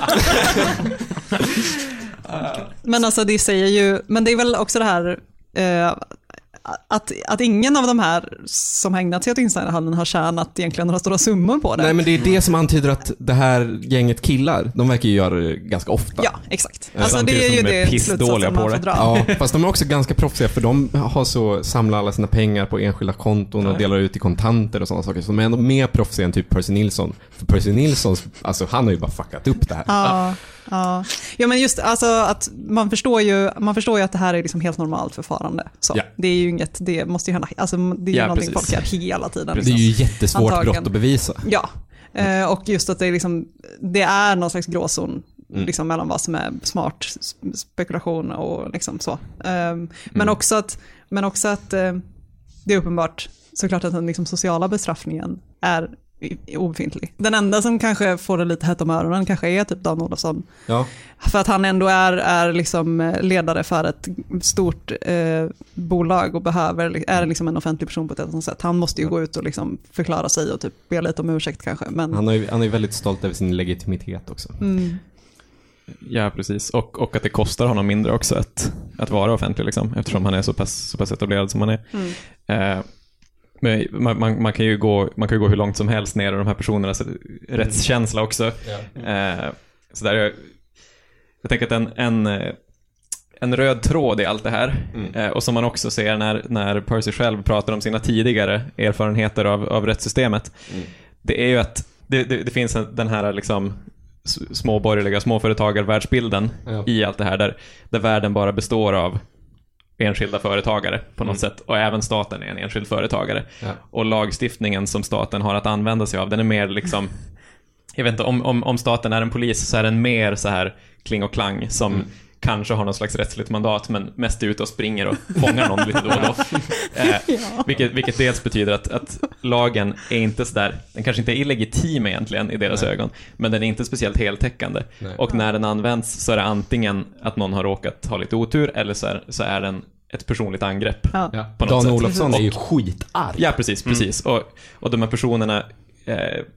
Men alltså det säger ju, men det är väl också det här eh, att, att ingen av de här som har ägnat sig åt insiderhandeln har tjänat egentligen några stora summor på det. Nej, men det är det som antyder att det här gänget killar, de verkar ju göra det ganska ofta. Ja, exakt. Alltså det är ju det pissdåliga på det. Ja, fast de är också ganska proffsiga, för de har så samlar alla sina pengar på enskilda konton och delar ut i kontanter och sådana saker. Så de är ändå mer proffsiga än typ Percy Nilsson. För Percy Nilsson, alltså han har ju bara fuckat upp det här. Ja. Ja. ja, men just alltså att man förstår ju man förstår ju att det här är liksom helt normalt förfarande. Så ja. Det är ju inget, det måste ju hända, alltså det är ju ja, någonting precis. Folk gör hela tiden. Liksom. Det är ju jättesvårt antagligen. Brott att bevisa. Ja, mm. och just att det är liksom det är någon slags gråzon mm. liksom mellan vad som är smart spekulation och liksom så. Men mm. också att men också att det är uppenbart såklart att den liksom sociala bestraffningen är obefintlig. Den enda som kanske får det lite hett om öronen kanske är typ Dan Olofsson. Ja. För att han ändå är, är liksom ledare för ett stort eh, bolag och behöver, är liksom en offentlig person på ett sådant sätt. Han måste ju ja. gå ut och liksom förklara sig och typ be lite om ursäkt kanske. Men... Han är ju han är väldigt stolt över sin legitimitet också. Mm. Ja, precis. Och, och att det kostar honom mindre också att, att vara offentlig liksom, eftersom han är så pass, så pass etablerad som han är. Mm. Eh, Men man, man, man kan ju gå man kan ju gå hur långt som helst ner i de här personernas rättskänsla också. Ja. Eh, så där jag, jag tänker att en, en, en röd tråd i allt det här mm. eh, och som man också ser när, när Percy själv pratar om sina tidigare erfarenheter av, av rättssystemet. Mm. Det är ju att det, det, det finns en, den här liksom småborgerliga småföretagarvärldsbilden ja. i allt det här där, där världen bara består av enskilda företagare på något mm. sätt, och även staten är en enskild företagare. Ja. Och lagstiftningen som staten har att använda sig av, den är mer liksom, jag vet inte, om, om, om staten är en polis så är den mer så här kling och klang som mm. kanske har någon slags rättsligt mandat men mest är ute och springer och fångar någon lite då och då. Eh, ja. vilket, vilket dels betyder att, att lagen är inte så där, den kanske inte är illegitim egentligen i deras Nej. ögon, men den är inte speciellt heltäckande. Nej. Och när den används så är det antingen att någon har råkat ha lite otur eller så är, så är den ett personligt angrepp. Ja. På något Dan sätt. Olofsson är ju skitarg. Ja, precis, precis. Mm. Och, och de här personerna eh,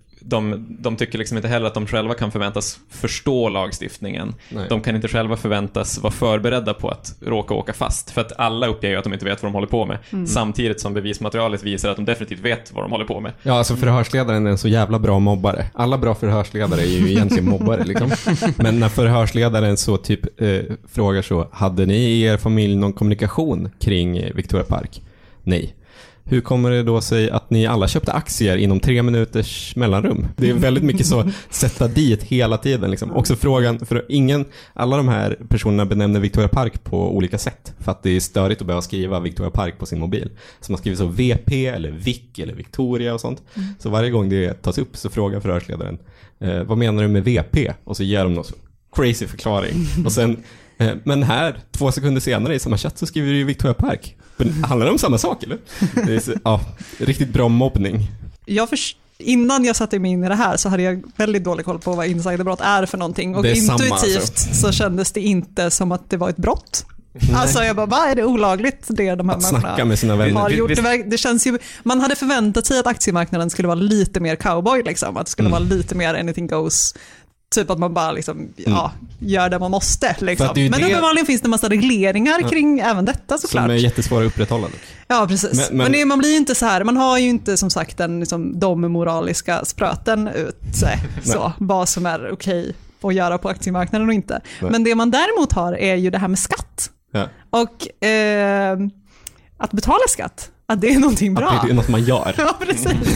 De, de tycker liksom inte heller att de själva kan förväntas förstå lagstiftningen. Nej. De kan inte själva förväntas vara förberedda på att råka åka fast. För att alla uppger ju att de inte vet vad de håller på med. Mm. Samtidigt som bevismaterialet visar att de definitivt vet vad de håller på med. Ja, alltså förhörsledaren är en så jävla bra mobbare. Alla bra förhörsledare är ju egentligen mobbare liksom. Men när förhörsledaren så typ eh, frågar så: hade ni i er familj någon kommunikation kring Victoria Park? Nej. Hur kommer det då sig att ni alla köpte aktier inom tre minuters mellanrum? Det är väldigt mycket så sätta dit hela tiden. Liksom. Också frågan, för ingen, alla de här personerna benämner Victoria Park på olika sätt. För att det är störigt att behöva skriva Victoria Park på sin mobil. Så man skriver så V P eller Vic eller Victoria och sånt. Mm. Så varje gång det tas upp så frågar förhörsledaren: eh, vad menar du med V P? Och så ger de något så crazy förklaring. Och sen, eh, men här, två sekunder senare i samma chatt så skriver ju Victoria Park. Men handlar det om samma sak, eller? Det är så, ja, riktigt bra mobbning. Jag först- Innan jag satte mig in i det här så hade jag väldigt dålig koll på vad insiderbrott är för någonting. Och intuitivt alltså. Så kändes det inte som att det var ett brott. Nej. Alltså jag bara, vad är det olagligt det de här att snacka med sina vänner. Har gjort? Det, det känns ju, man hade förväntat sig att aktiemarknaden skulle vara lite mer cowboy liksom. Att det skulle mm. vara lite mer anything goes. Typ att man bara liksom, mm. ja, gör det man måste. Liksom. Men det... uppenbarligen finns det en massa regleringar ja. kring även detta såklart. Som är jättesvåra att upprätthålla. Ja, precis. Men, men... men det, man blir ju inte så här, man har ju inte som sagt den liksom, de moraliska spröten ut så, vad som är okej att göra på aktiemarknaden och inte. Nej. Men det man däremot har är ju det här med skatt. Ja. Och eh, att betala skatt. Att det är någonting bra. Att det är något man gör. Ja, precis.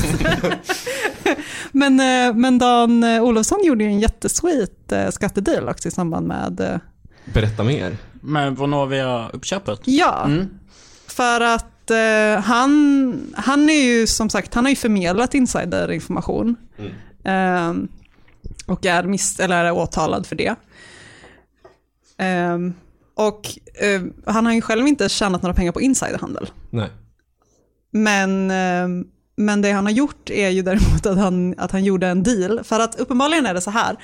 men, men Dan Olofsson gjorde ju en jättesweet skattedeal också i samband med... Berätta mer. Med Vonovia-uppköpet? Ja, mm. för att eh, han, han är ju som sagt, han har ju förmedlat insiderinformation. Mm. Eh, och är, mis- eller är åtalad för det. Eh, och eh, han har ju själv inte tjänat några pengar på insiderhandel. Nej. Men, men det han har gjort är ju däremot att han, att han gjorde en deal. För att uppenbarligen är det så här.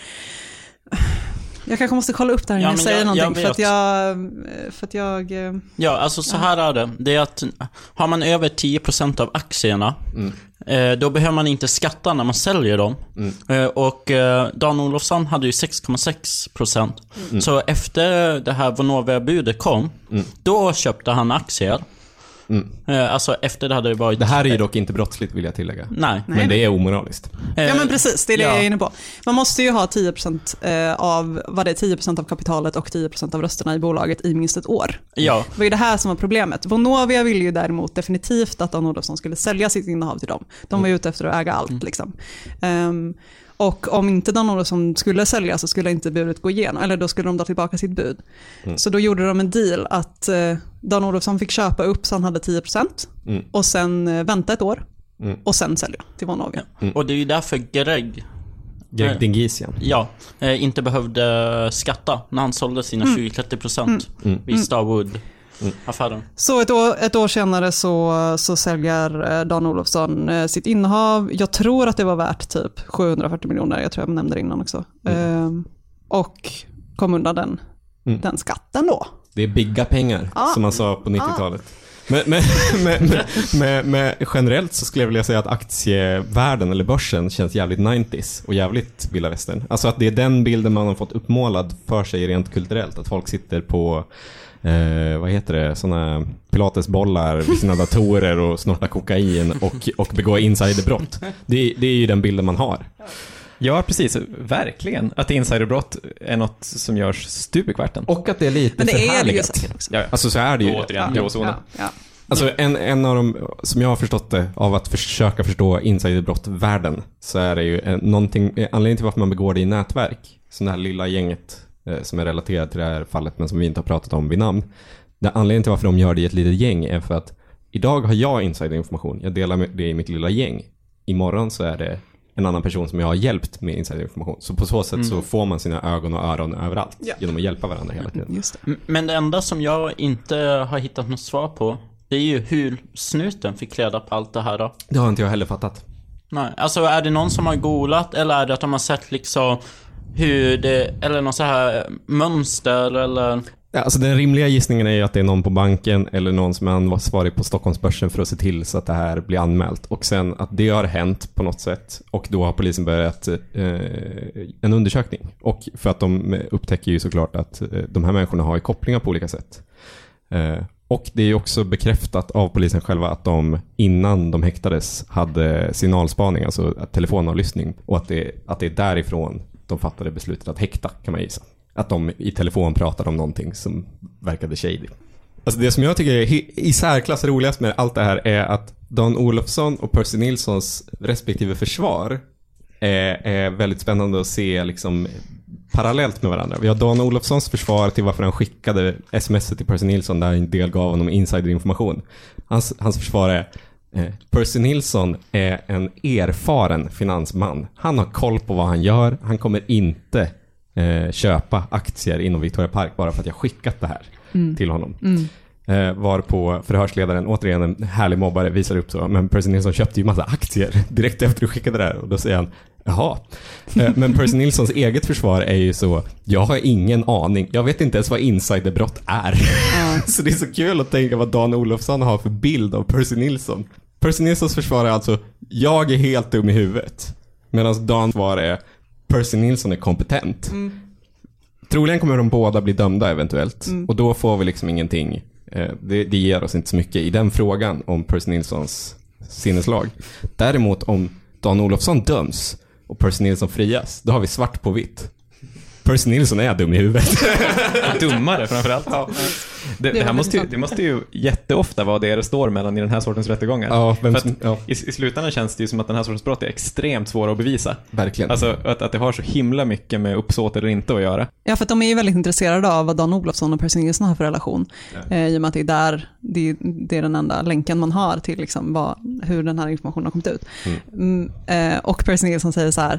Jag kanske måste kolla upp det här när ja, jag säger jag, någonting. Jag för, att jag, för att jag... Ja, alltså så här är det. Det är att har man över tio procent av aktierna mm. då behöver man inte skatta när man säljer dem. Mm. Och Dan Olofsson hade ju sex komma sex procent. Mm. Så efter det här Vonovia-budet kom, mm. då köpte han aktier. Mm. Alltså efter det hade det varit... Det här är ju dock inte brottsligt vill jag tillägga. Nej. Men det är omoraliskt. Ja men precis, det är det ja. jag är inne på. Man måste ju ha tio procent av, vad det är, tio procent av kapitalet och tio procent av rösterna i bolaget i minst ett år. Ja. Det var ju det här som var problemet. Vonovia ville ju däremot definitivt att Dan Olofsson skulle sälja sitt innehav till dem. De var ju ute efter att äga allt mm. liksom. Um, Och om inte Dan Olofsson skulle sälja så skulle inte budet gå igenom. Eller då skulle de dra tillbaka sitt bud. Mm. Så då gjorde de en deal att eh, Dan Olofsson fick köpa upp så han hade tio procent. Mm. Och sen eh, vänta ett år. Mm. Och sen sälja till Vonovia. Mm. Och det är ju därför Greg... Greg Dingisian. Ja, eh, inte behövde skatta när han sålde sina mm. tjugo till trettio procent mm. vid Starwood. Mm. Affären. Så ett år, ett år senare så, så säljer Dan Olofsson eh, sitt innehav. Jag tror att det var värt typ sjuhundrafyrtio miljoner. Jag tror jag nämnde det innan också. Mm. Eh, och kom undan den, mm. den skatten då. Det är bigga pengar ah. som man sa på nittiotalet. Ah. Men, men, men, men, men, men generellt så skulle jag vilja säga att aktievärlden eller börsen känns jävligt nittio och jävligt Vilda Västern. Alltså att det är den bilden man har fått uppmålad för sig rent kulturellt. Att folk sitter på Eh, vad heter det, såna pilatesbollar vid sina datorer och snortar kokain och, och begår insiderbrott. Det, det är ju den bilden man har. Ja, precis. Verkligen. Att insiderbrott är något som görs stup i kvarten. Och att det är lite förhärligat. Ja, alltså så är det ju. Återigen, ja, ja, ja. Alltså en, en av de, som jag har förstått det, av att försöka förstå insiderbrott-världen, så är det ju en, någonting, anledningen till varför man begår det i nätverk, som det här lilla gänget som är relaterat till det här fallet men som vi inte har pratat om vid namn. Det anledningen till varför de gör det i ett litet gäng är för att idag har jag insiderinformation. Jag delar det i mitt lilla gäng. Imorgon så är det en annan person som jag har hjälpt med insiderinformation. Så på så sätt mm. så får man sina ögon och öron överallt ja. genom att hjälpa varandra hela tiden. Just det. Men det enda som jag inte har hittat något svar på, det är ju hur snuten fick reda på allt det här då. Det har inte jag heller fattat. Nej, alltså är det någon som har googlat eller är det att de har sett liksom hur det, eller något så här mönster eller... Ja, alltså den rimliga gissningen är ju att det är någon på banken eller någon som är ansvarig på Stockholmsbörsen för att se till så att det här blir anmält. Och sen att det har hänt på något sätt och då har polisen börjat eh, en undersökning. Och för att de upptäcker ju såklart att eh, de här människorna har ju kopplingar på olika sätt. Eh, och det är ju också bekräftat av polisen själva att de innan de häktades hade signalspaning, alltså telefonavlyssning, och att det, att det är därifrån de fattade beslutet att häkta, kan man gissa. Att de i telefon pratade om någonting som verkade shady. Alltså det som jag tycker är i särklass roligast med allt det här är att Dan Olofsson och Percy Nilssons respektive försvar är, är väldigt spännande att se liksom parallellt med varandra. Vi har Dan Olofssons försvar till varför han skickade sms till Percy Nilsson där en del gav honom insiderinformation. Hans, hans försvar är eh, Percy Nilsson är en erfaren finansman. Han har koll på vad han gör. Han kommer inte eh, köpa aktier inom Victoria Park bara för att jag skickat det här mm. till honom. Mm. Eh, var på förhörsledaren, återigen en härlig mobbare, visar upp så, men Percy Nilsson köpte ju massa aktier direkt efter du skickade det här, och då säger han, jaha. Eh, men Percy Nilssons eget försvar är ju så, jag har ingen aning, jag vet inte ens vad insiderbrott är. Mm. Så det är så kul att tänka vad Dan Olofsson har för bild av Percy Nilsson. Percy Nilssons försvar är alltså, jag är helt dum i huvudet, medan Dan svar är, Percy Nilsson är kompetent. Mm. Troligen kommer de båda bli dömda eventuellt, mm. och då får vi liksom ingenting. Det, det ger oss inte så mycket i den frågan om Percy Nilssons sinneslag. Däremot om Dan Olofsson döms och Percy Nilsson frias, då har vi svart på vitt. Percy Nilsson är dum i huvudet. Dummare framförallt. Ja. Det, det, här måste ju, det måste ju jätteofta vara det det står mellan i den här sortens rättegångar. Ja, vem som, ja. i, I slutändan känns det ju som att den här sortens brott är extremt svåra att bevisa. Verkligen. Alltså att, att det har så himla mycket med uppsåt eller inte att göra. Ja, för att de är ju väldigt intresserade av vad Dan Olofsson och Percy Nilsson har för relation. Ja. Eh, I och med att det är där, det, det är den enda länken man har till liksom vad, hur den här informationen har kommit ut. Mm. Mm, eh, och Percy Nilsson säger så här,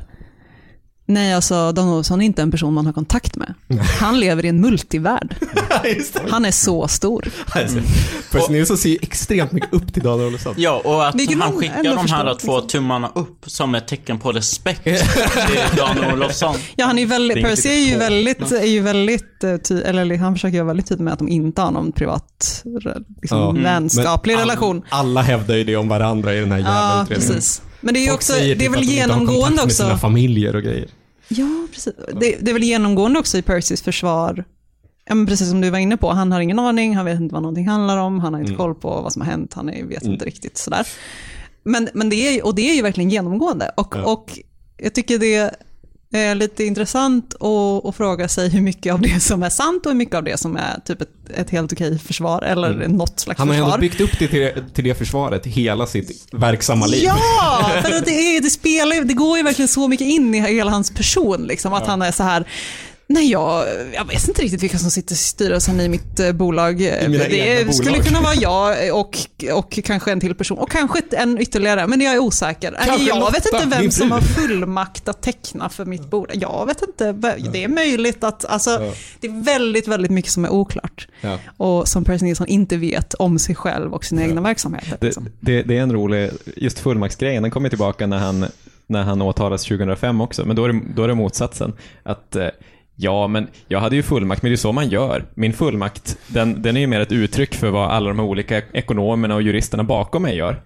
nej, alltså Dan Olofsson är inte en person man har kontakt med. Han lever i en multivärld. Han är så stor. Mm. Percy Nilsson ser extremt mycket upp till Dan Olofsson. Ja, och att han skickar de här två tummarna upp som ett tecken på respekt till Dan Olofsson. Ja, han är väldigt, Percy är ju väldigt, är ju väldigt ty, eller han försöker vara väldigt tydlig med att de inte har någon privat liksom, ja. vänskaplig all, relation. Alla hävdar ju det om varandra i den här jävla ja, utredningen. Precis. Men det är ju också, det är väl genomgående också. Med sina familjer och grejer. Ja, precis. Det, det är väl genomgående också i Percys försvar. Ja, men precis som du var inne på. Han har ingen aning, han vet inte vad någonting handlar om. Han har inte mm. koll på vad som har hänt. Han är, vet mm. inte riktigt sådär. Men, men det är, och det är ju verkligen genomgående. Och, ja. och jag tycker det är lite intressant att, att fråga sig hur mycket av det som är sant och hur mycket av det som är typ ett, ett helt okej försvar eller mm. något slags han har försvar. Han har byggt upp det till, till det försvaret hela sitt verksamma liv. Ja, för att det, är, det, spelar, det går ju verkligen så mycket in i hela hans person. Liksom, att ja. han är så här... Nej, jag, jag vet inte riktigt vilka som sitter i styrelsen i mitt eh, bolag. Det skulle bolag. kunna vara jag och, och kanske en till person. Och kanske en ytterligare, men jag är osäker. Kanske jag vet inte vem som har fullmakt att teckna för mitt bolag. Jag vet inte. Det är möjligt att... Alltså, ja. Det är väldigt, väldigt mycket som är oklart. Ja. Och som Percy Nilsson inte vet om sig själv och sina ja. egna verksamheter. Liksom. Det, det, det är en rolig... Just fullmaktsgrejen, den kommer tillbaka när han, när han åtalas tjugohundrafem också. Men då är det, då är det motsatsen. Att... Ja, men jag hade ju fullmakt, men det är så man gör. Min fullmakt, den, den är ju mer ett uttryck för vad alla de här olika ekonomerna och juristerna bakom mig gör.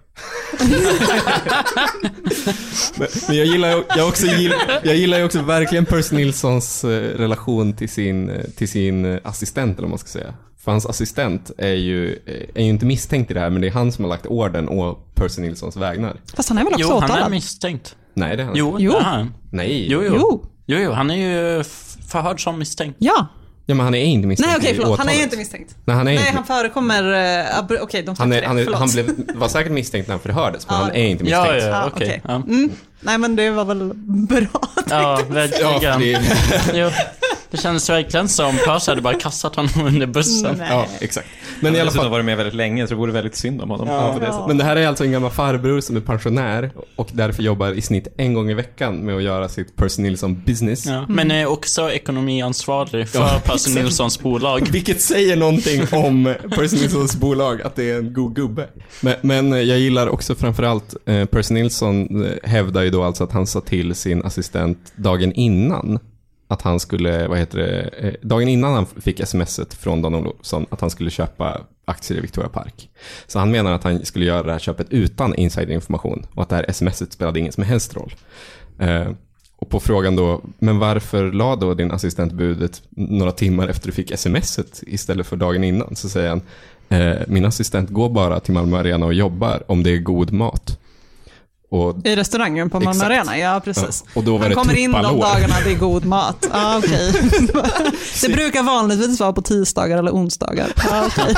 men, men jag gillar jag också gillar, jag gillar ju också verkligen Percy Nilssons eh, relation till sin, till sin assistent, eller vad man ska säga. För hans assistent är ju, är ju inte misstänkt i det här, men det är han som har lagt orden å Percy Nilssons vägnar. Fast han är väl också jo, åtalad? Han är misstänkt. Nej, det är han. Jo, jo. Det är han. Nej. Jo, jo. jo. Jo, jo, han är ju förhörd som misstänkt. Ja. Ja, men han är inte misstänkt. Nej, okej, förlåt. Han är inte misstänkt. Nej, han är Nej, inte. han förekommer... Uh, okej, okay, de han, är, han, är, han blev, var säkert misstänkt när han förhördes, men ah, han är inte misstänkt. Ja, ja, okej. Okay. Ja. Mm. Nej, men det var väl bra. Ja, verkligen. Ja, jo, det kändes verkligen som Percy hade bara kastat honom under bussen. Nej. Ja, exakt. Men i alla fall varit med väldigt länge, så det vore väldigt synd om honom. Ja, på det ja. Men det här är alltså en gammal farbror som är pensionär och därför jobbar i snitt en gång i veckan med att göra sitt Percy Nilsson business. Ja. Mm. Men är också ekonomiansvarig för ja, Percy Nilssons bolag. Vilket säger någonting om Percy Nilssons bolag, att det är en god gubbe. Men, men jag gillar också framförallt eh, Percy Nilsson hävdar ju då alltså att han sa till sin assistent dagen innan att han skulle, vad heter det, dagen innan han fick smset från Dan Olofsson att han skulle köpa aktier i Victoria Park. Så han menar att han skulle göra det här köpet utan insiderinformation och att det här smset spelade ingen som helst roll. Eh, och på frågan då, men varför la då din assistent budet några timmar efter du fick smset istället för dagen innan? Så säger han, eh, min assistent går bara till Malmö Arena och jobbar om det är god mat. Och, i restaurangen på Malmö Arena, ja precis. Ja, och då var han det kommer in de lår. dagarna det är god mat. Ah, okej. Okay. Det brukar vanligtvis vara på tisdagar eller onsdagar. Ah, okej.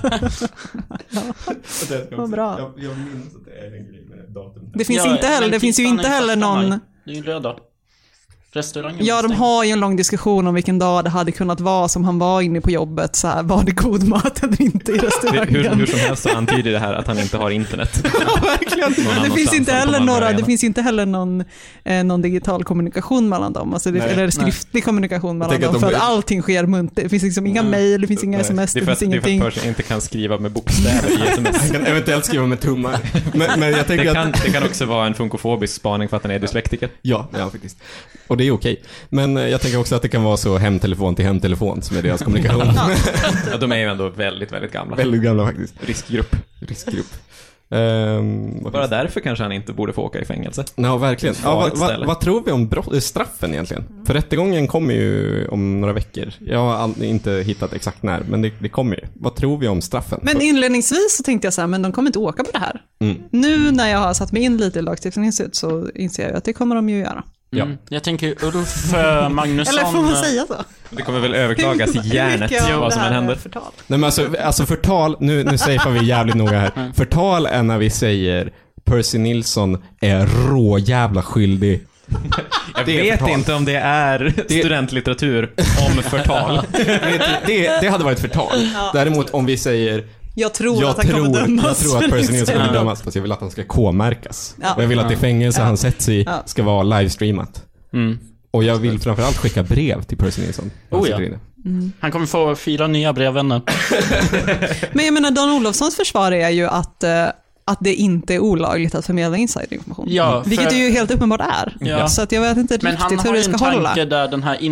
Okay. Ja. Vad bra. Jag, jag minns att det är en grej med datum. Det finns ja, inte heller, det finns ju inte heller någon... Det är ju lördag. restaurangen Ja, de stängd. har ju en lång diskussion om vilken dag det hade kunnat vara som han var inne på jobbet. Så här, var det god mat eller inte i Det, restaurangen? hur, hur som helst så antyder det här att han inte har internet. Ja, verkligen. Det finns, inte heller några, det finns inte heller någon, eh, någon digital kommunikation mellan dem. Alltså det, Nej, eller skriftlig nej. kommunikation mellan tänker dem. att För de- att allting sker muntligt. Det finns liksom inga mejl, det finns inga Nej. sms, Det det, är för att, finns det är för ingenting. att Percy inte kan skriva med bokstäver i sms. Han kan eventuellt skriva med tummar. Men, men jag tänker Det att... kan, det kan också vara en funkofobisk spaning för att han är dyslektiker. Ja, ja, faktiskt. Och det är okej. Men eh, jag tänker också att det kan vara så hemtelefon till hemtelefon som är deras kommunikation. Ja, de är ju ändå väldigt, väldigt gamla. Väldigt gamla faktiskt. Riskgrupp. Riskgrupp. Ehm, vad Bara finns det? därför kanske han inte borde få åka i fängelse. Ja, verkligen. Ett Ja, vad, farligt vad, ställe. vad tror vi om brott, eh, straffen egentligen? För rättegången kommer ju om några veckor. Jag har all, inte hittat exakt när, men det, det kommer ju. Vad tror vi om straffen? Men inledningsvis så tänkte jag så här, men de kommer inte åka på det här. Mm. Nu när jag har satt mig in lite i lagstiftningen så inser jag att det kommer de ju göra. Ja. Mm. Jag tänker Ulf äh, Magnusson... Eller får man eh, säga så? Det kommer väl överklagas i järnet Hur mycket av vad det som här än är händer. förtal? Nej, men alltså, alltså förtal, nu, nu säger vi jävligt noga här. Förtal är när vi säger Percy Nilsson är råjävla skyldig. Jag Det är vet förtal. inte om det är studentlitteratur om förtal. Det, det hade varit förtal. Däremot om vi säger Jag tror jag att han kommer tror, dömas. jag tror att för Percy Nilsson kommer insider. dömas, fast jag vill att han ska K-märkas. Ja. Och jag vill att det fängelse Ja. han sätts i Ja. ska vara livestreamat. Mm. Och jag vill framförallt skicka brev till Percy Nilsson. när han Oh ja. sitter inne. Han kommer få fyra nya brevvänner. Men jag menar, Dan Olofssons försvar är ju att, eh, att det inte är olagligt att förmedla insiderinformation. Ja, Vilket för- det ju helt uppenbart är. Ja. Så att jag vet inte Men han riktigt hur har det ju ska en hålla. tanke där den här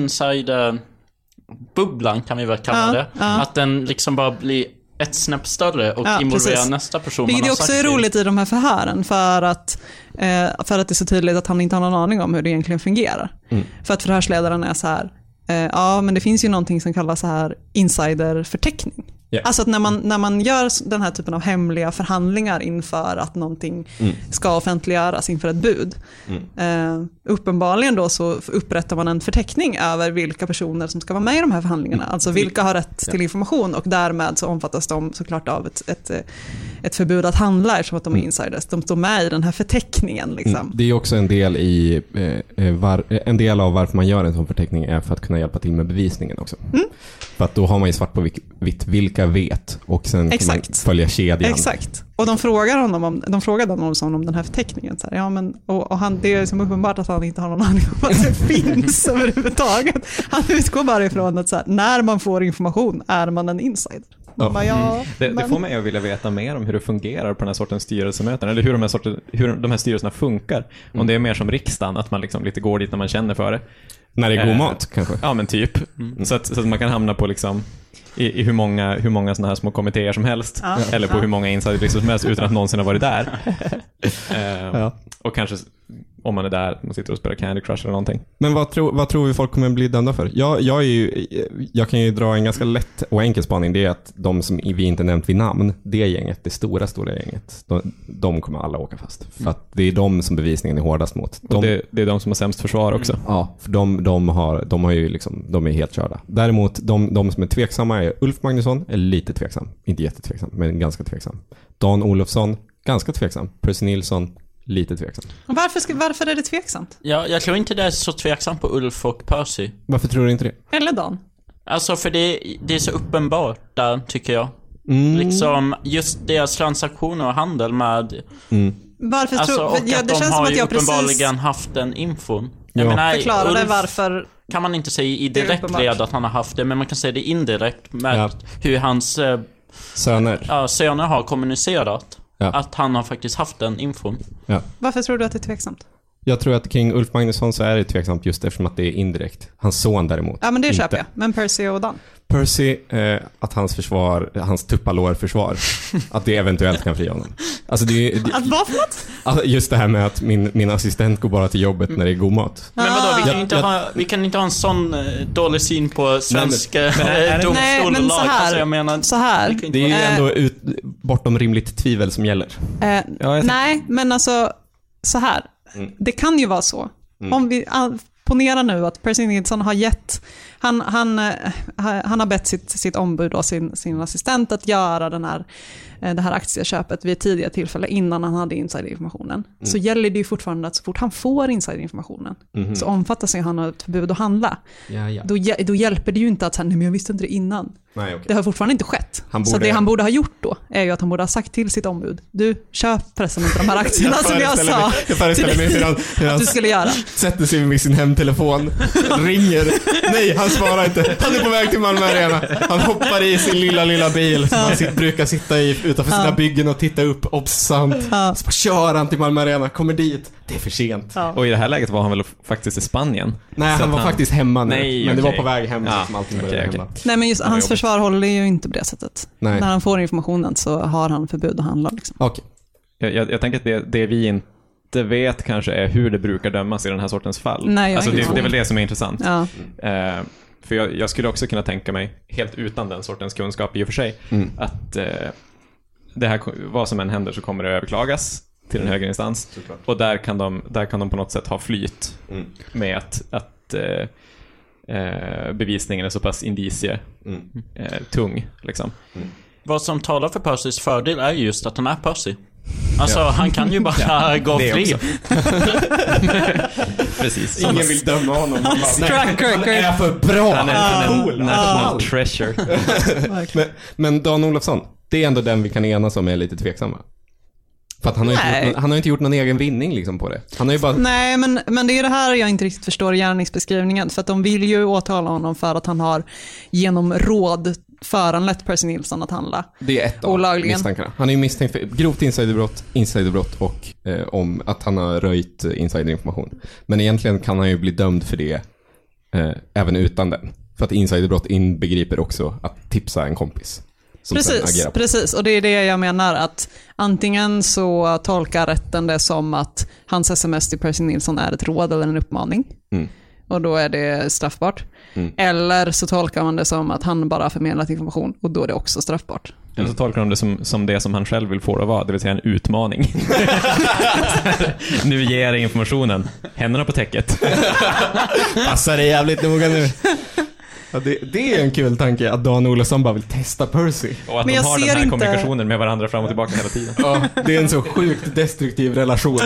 insider-bubblan, kan vi väl kalla Ja, det. ja. Att den liksom bara blir ett snäpp större och Ja, involverar precis. nästa person. Vilket man har också sagt är till. roligt i de här förhören för att, eh, för att det är så tydligt att han inte har någon aning om hur det egentligen fungerar. Mm. För att förhörsledaren är så här, eh, ja men det finns ju någonting som kallas så här insiderförteckning. Yeah. Alltså att när man, när man gör den här typen av hemliga förhandlingar inför att någonting Mm. ska offentliggöras inför ett bud. Mm. Eh, uppenbarligen då så upprättar man en förteckning över vilka personer som ska vara med i de här förhandlingarna. Mm. Alltså vilka har rätt till information och därmed så omfattas de såklart av ett, ett, ett förbud att handla eftersom att de är Mm. insiders. De står med i den här förteckningen liksom. Mm. Det är också en del i eh, eh, var, eh, en del av varför man gör en sån förteckning är för att kunna hjälpa till med bevisningen också. Mm. För att då har man ju svart på vik- vitt vilka vet och sen kan man Exakt. följa kedjan. Exakt. Och de frågar honom om, de frågade honom om den här förteckningen. Så här, ja, men, och, och han, det är liksom uppenbart att han inte har någon aning om att det finns överhuvudtaget. Han utgår bara ifrån att så här, när man får information är man en insider. Man Ja. bara, ja, Det, det men- får mig att vilja veta mer om hur det fungerar på den här sortens styrelsemöten. Eller hur de här, sorten, hur de här styrelserna funkar. Om det är mer som riksdagen, att man liksom lite går dit när man känner för det. När det är god Eh, mat kanske. Ja, men typ. Så, att, så att man kan hamna på liksom i, i hur många, hur många såna här små kommittéer som helst. Ja. Eller på Ja. hur många insiderlistor som helst utan att någonsin ha varit där. eh, Ja. Och kanske om man är där, man sitter och spelar Candy Crush eller någonting. Men vad, tro, vad tror vi folk kommer bli dömda för? Jag, jag, är ju, jag kan ju dra en ganska lätt och enkel spaning. Det är att de som vi inte nämnt vid namn, det gänget, det stora, stora gänget, de, de kommer alla åka fast. För att det är de som bevisningen är hårdast mot. De, Och det, det är de som har sämst försvar också. Ja, för de, de, har, de har ju liksom, de är helt körda. Däremot, de, de som är tveksamma är Ulf Magnusson, är lite tveksam. Inte jättetveksam, men ganska tveksam. Dan Olofsson, ganska tveksam. Percy Nilsson, lite tveksam. Och varför, ska, varför är det tveksamt? Ja, jag tror inte det är så tveksamt på Ulf och Percy. Varför tror du inte det? Eller Dan? Alltså för det, det är så uppenbart där, tycker jag. Mm. Liksom just deras transaktioner och handel med... Mm. Varför Alltså, tror... och för- ja, att det de känns som har att ju jag precis uppenbarligen haft den infon. Jag Ja. menar, förklarade Ulf varför... kan man inte säga i Det är direkt uppenbart. led att han har haft det, men man kan säga det indirekt med Ja. hur hans eh, Söner. ja, söner har kommunicerat. Ja. Att han har faktiskt haft den infon. Ja. Varför tror du att det är tveksamt? Jag tror att kring Ulf Magnusson så är det tveksamt just eftersom att det är indirekt. Hans son däremot. Ja, men det inte. köper jag. Men Percy och Dan? Percy, eh, att hans försvar, hans tuppalår-försvar, att det eventuellt kan fria honom. Alltså det, är- det, Att vad för något? alltså just det här med att min, min assistent går bara till jobbet när det är god mat. Men vadå, vi kan, Jag- inte jag- ha, vi kan inte ha en sån eh, dålig syn på svensk eh, men är det- domstol Nej, och men lag. så här- Alltså, jag menar, Så här. det kan inte Det är ju Eh, ändå ut, bortom rimligt tvivel som gäller. Eh, jag nej, men alltså så här. Mm. Det kan ju vara så. Mm. Om vi, all, ponera nu att Percy Nilsson har gett, han, han, han har bett sitt, sitt ombud och sin, sin assistent att göra den här, det här aktieköpet vid ett tidigare tillfälle innan han hade insiderinformationen. Mm. Så gäller det ju fortfarande att så fort han får insiderinformationen mm. så omfattas han av ett förbud att handla. Ja, ja. Då, då hjälper det ju inte att han, nej men jag visste inte det innan. Nej, okay. Det har fortfarande inte skett. Borde... Så det han borde ha gjort då är ju att han borde ha sagt till sitt ombud, du, köp förresten inte de här aktierna jag som jag sa mig, jag föreställer mig hur han, hur han att du skulle göra. Sätter sig med sin hemtelefon, ringer, nej han svarar inte, han är på väg till Malmö Arena, han hoppar i sin lilla lilla bil som ja. han sitt, brukar sitta i utanför ja. sina byggen och titta upp obsant, ja. så kör han till Malmö Arena, kommer dit, det är för sent. Ja. Och i det här läget var han väl faktiskt i Spanien? Nej, han var han... faktiskt hemma nu, nej, men okay. det var på väg hem ja. som allting började okay, hända. Okay. Nej, men just hans försvar håller ju inte på det sättet. Nej. När han får informationen så har han förbud att handla. Liksom. Okay. Jag, jag, jag tänker att det, det vi inte vet kanske är hur det brukar dömas i den här sortens fall. Nej, alltså, det, det är väl det som är intressant. Ja. Eh, för jag, jag skulle också kunna tänka mig, helt utan den sortens kunskap i och för sig, mm. att eh, det här, vad som än händer så kommer det överklagas till en högre instans. Såklart. Och där kan, de, där kan de på något sätt ha flyt mm. med att, att eh, Eh, bevisningen är så pass indicie mm. eh, tung liksom. Mm. Vad som talar för Percys fördel är just att han är Percy. Alltså ja. han kan ju bara ja, gå fri. Precis. Ingen vill döma honom. Han, nej, han är för bra. Han är, han är en national ah. treasure. men, men Dan Olofsson, det är ändå den vi kan enas om är lite tveksamma. För att han har, inte gjort, han har inte gjort någon egen vinning liksom på det. Han har ju bara... Nej, men, men det är det här jag inte riktigt förstår i gärningsbeskrivningen. För att de vill ju åtala honom för att han har genom råd föranlett Percy Nilsson att handla. Det är ett av olagligen. misstankarna. Han är ju misstänkt för grovt insiderbrott, insiderbrott och eh, om att han har röjt insiderinformation. Men egentligen kan han ju bli dömd för det eh, även utan den. För att insiderbrott inbegriper också att tipsa en kompis. Precis, precis, och det är det jag menar, att antingen så tolkar rätten det som att hans sms till Percy Nilsson är ett råd eller en uppmaning mm. och då är det straffbart mm. eller så tolkar man det som att han bara har förmedlat information och då är det också straffbart. Eller så tolkar de det som, som det som han själv vill få det vara, det vill säga en utmaning. Nu ger jag informationen, händerna på täcket. Passar det jävligt noga nu. Ja, det, det är en kul tanke att Dan Olofsson bara vill testa Percy. Och att men de har den här inte... kommunikationen med varandra fram och tillbaka hela tiden. Ja, det är en så sjukt destruktiv relation.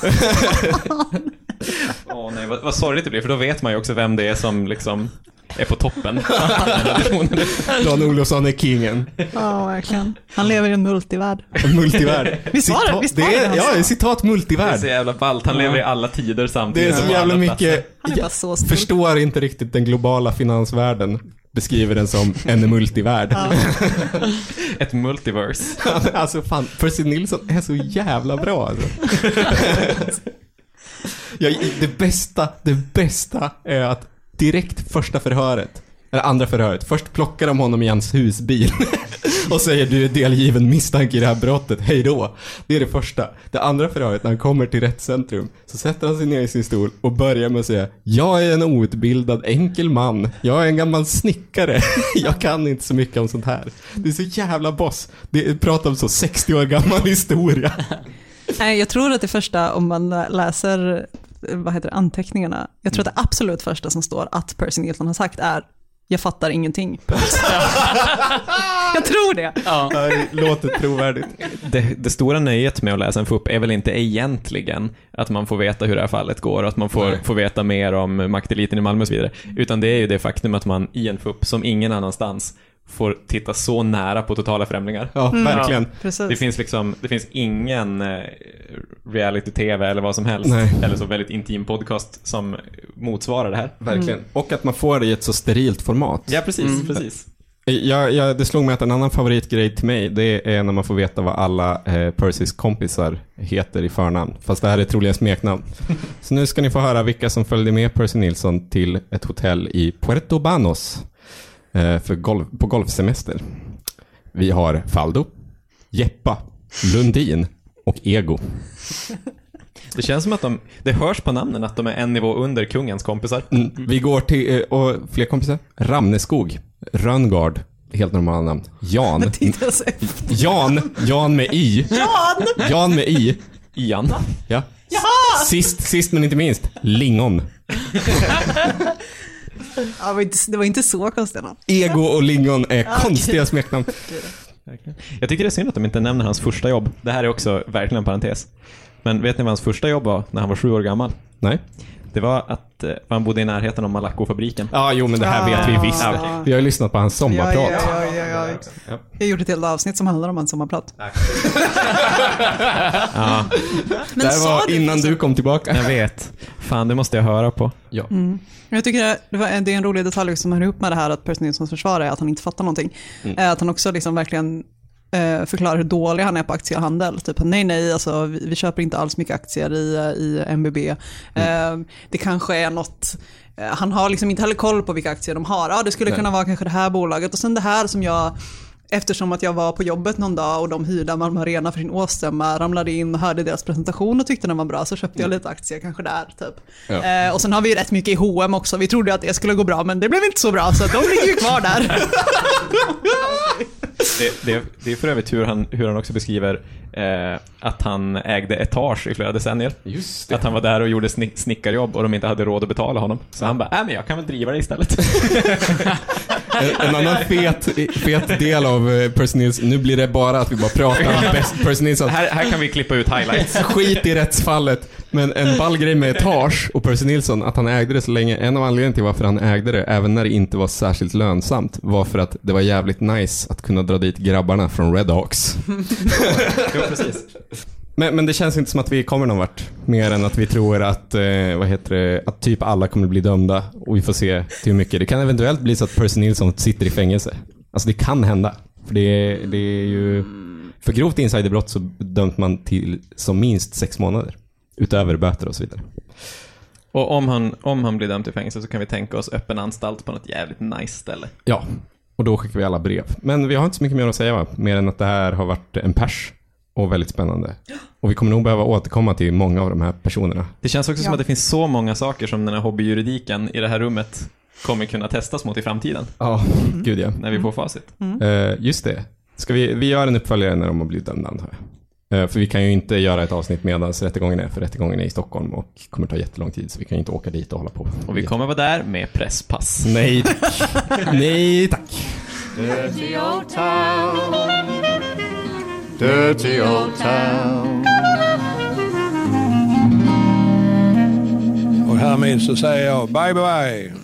Åh oh, nej, vad, vad sorgligt det blir, för då vet man ju också vem det är som liksom är på toppen. Dan Olofsson är kingen. Ja, verkligen. Han lever i en multivärld. En multivärld. Visst var det? Visst var det är, det ja, citat multivärld. Det är så jävla ballt. Han lever i alla tider samtidigt. Det är så jävla mycket. Han är bara så jag förstår inte riktigt den globala finansvärlden. Beskriver den som en multivärld. Ja. Ett multiverse. Alltså fan, Percy Nilsson är så jävla bra alltså. Ja, det bästa, det bästa är att direkt första förhöret, eller andra förhöret, först plockar de honom i hans husbil och säger du är delgiven misstanke i det här brottet, hej då. Det är det första. Det andra förhöret, när han kommer till rättscentrum, så sätter han sig ner i sin stol och börjar med att säga jag är en outbildad enkel man, jag är en gammal snickare, jag kan inte så mycket om sånt här. Det är så jävla boss. Det pratar om så sextio år gammal historia. Nej, jag tror att det första, om man läser vad heter det, anteckningarna, jag tror att det absolut första som står att Percy Nilsson har sagt är jag fattar ingenting. Jag tror det. Ja. Det låter trovärdigt. Det, det stora nöjet med att läsa en F U P är väl inte egentligen att man får veta hur det här fallet går och att man får, får veta mer om makteliten i Malmö och så vidare. Utan det är ju det faktum att man i en F U P som ingen annanstans får titta så nära på totala främlingar. Ja, mm. verkligen. Ja, det finns liksom det finns ingen eh, reality-tv eller vad som helst. Nej. Eller så väldigt intim podcast som motsvarar det här. Verkligen. Mm. Och att man får det i ett så sterilt format. Ja, precis. Mm. precis. Jag, jag, det slog mig att en annan favoritgrej till mig, det är när man får veta vad alla eh, Percys kompisar heter i förnamn. Fast det här är troligen smeknamn. Så nu ska ni få höra vilka som följde med Percy Nilsson till ett hotell i Puerto Banos för golf, på golfsemester. Vi har Faldo, Jeppa, Lundin och Ego. Det känns som att de, det hörs på namnen att de är en nivå under kungens kompisar. Mm. Vi går till, och fler kompisar. Ramneskog, Röngard, helt normala namn. Jan. Jan, Jan med I. Jan! Jan med I. Ian. Ja. Jaha! Sist, sist men inte minst, Lingon. Ja, det, var inte, det var inte så konstigt. Ego och lingon är konstiga smeknamn. Jag tycker det är synd att de inte nämner hans första jobb. Det här är också verkligen en parentes. Men vet ni vad hans första jobb var när han var sju år gammal? Nej. Det var att eh, han bodde i närheten av Malaco-fabriken. Ja, jo, men det här vet vi visst. Ah. Vi har ju lyssnat på hans sommarprat. Ja, ja, ja, ja, ja. Jag har gjort ett helt avsnitt som handlar om hans sommarprat. Ja. Men det här var innan du kom tillbaka. Jag vet. Fan, det måste jag höra på. Ja. Mm. Jag tycker det, var, det är en rolig detalj som hör ihop med det här att Percy Nilssons försvar är att han inte fattar någonting. Mm. Att han också liksom verkligen eh, förklarar hur dålig han är på aktiehandel. Typ, nej, nej, alltså, vi, vi köper inte alls mycket aktier i, i M B B. Mm. Eh, det kanske är något... Eh, han har liksom inte heller koll på vilka aktier de har. Ja, det skulle nej. kunna vara kanske det här bolaget. Och sen det här som jag... Eftersom att jag var på jobbet någon dag och de hyrde Malmö Arena för sin årsstämma, ramlade in och hörde deras presentation och tyckte den var bra, så köpte jag lite aktier kanske där typ. Ja. Eh, och sen har vi ju rätt mycket i H och M också. Vi trodde att det skulle gå bra, men det blev inte så bra, så de ligger ju kvar där. det, det, det är för övrigt hur han, hur han också beskriver eh, att han ägde etage i flera decennier. Just det. Att han var där och gjorde snick, snickarjobb och de inte hade råd att betala honom. Så han bara, äh, men jag kan väl driva det istället. en, en annan fet, fet del av Percy Nilsson, nu blir det bara att vi bara pratar om Percy Nilsson. Här, här kan vi klippa ut highlights. Skit i rättsfallet. Men en ball grej med etage och Percy Nilsson, att han ägde det så länge, en av anledningarna till varför han ägde det, även när det inte var särskilt lönsamt, var för att det var jävligt nice att kunna dra dit grabbarna från Red Hawks. Jo, precis. Men, men det känns inte som att vi kommer någon vart, mer än att vi tror att, eh, vad heter det, att typ alla kommer bli dömda och vi får se till hur mycket. Det kan eventuellt bli så att Percy Nilsson sitter i fängelse. Alltså det kan hända. För det, det är ju, för grovt insiderbrott så dömt man till som minst sex månader. Utöver böter och så vidare. Och om han, om han blir dömd till fängelse så kan vi tänka oss öppen anstalt på något jävligt nice ställe. Ja, och då skickar vi alla brev. Men vi har inte så mycket mer att säga, va? Mer än att det här har varit en pers och väldigt spännande. Och vi kommer nog behöva återkomma till många av de här personerna. Det känns också ja. som att det finns så många saker som den här hobbyjuridiken i det här rummet kommer kunna testas mot i framtiden. Ja, mm. gud ja. När vi får facit. Mm. Uh, just det. Ska vi, vi gör en uppföljare när de har blivit dömda, antar jag. Uh, för vi kan ju inte göra ett avsnitt medan rättegången är, för rättegången är i Stockholm och kommer ta jättelång tid, så vi kan ju inte åka dit och hålla på. Och vi kommer vara där med presspass. Nej tack. Nej tack. Dirty old town. Dirty old town. Och härmed så säger jag bye bye.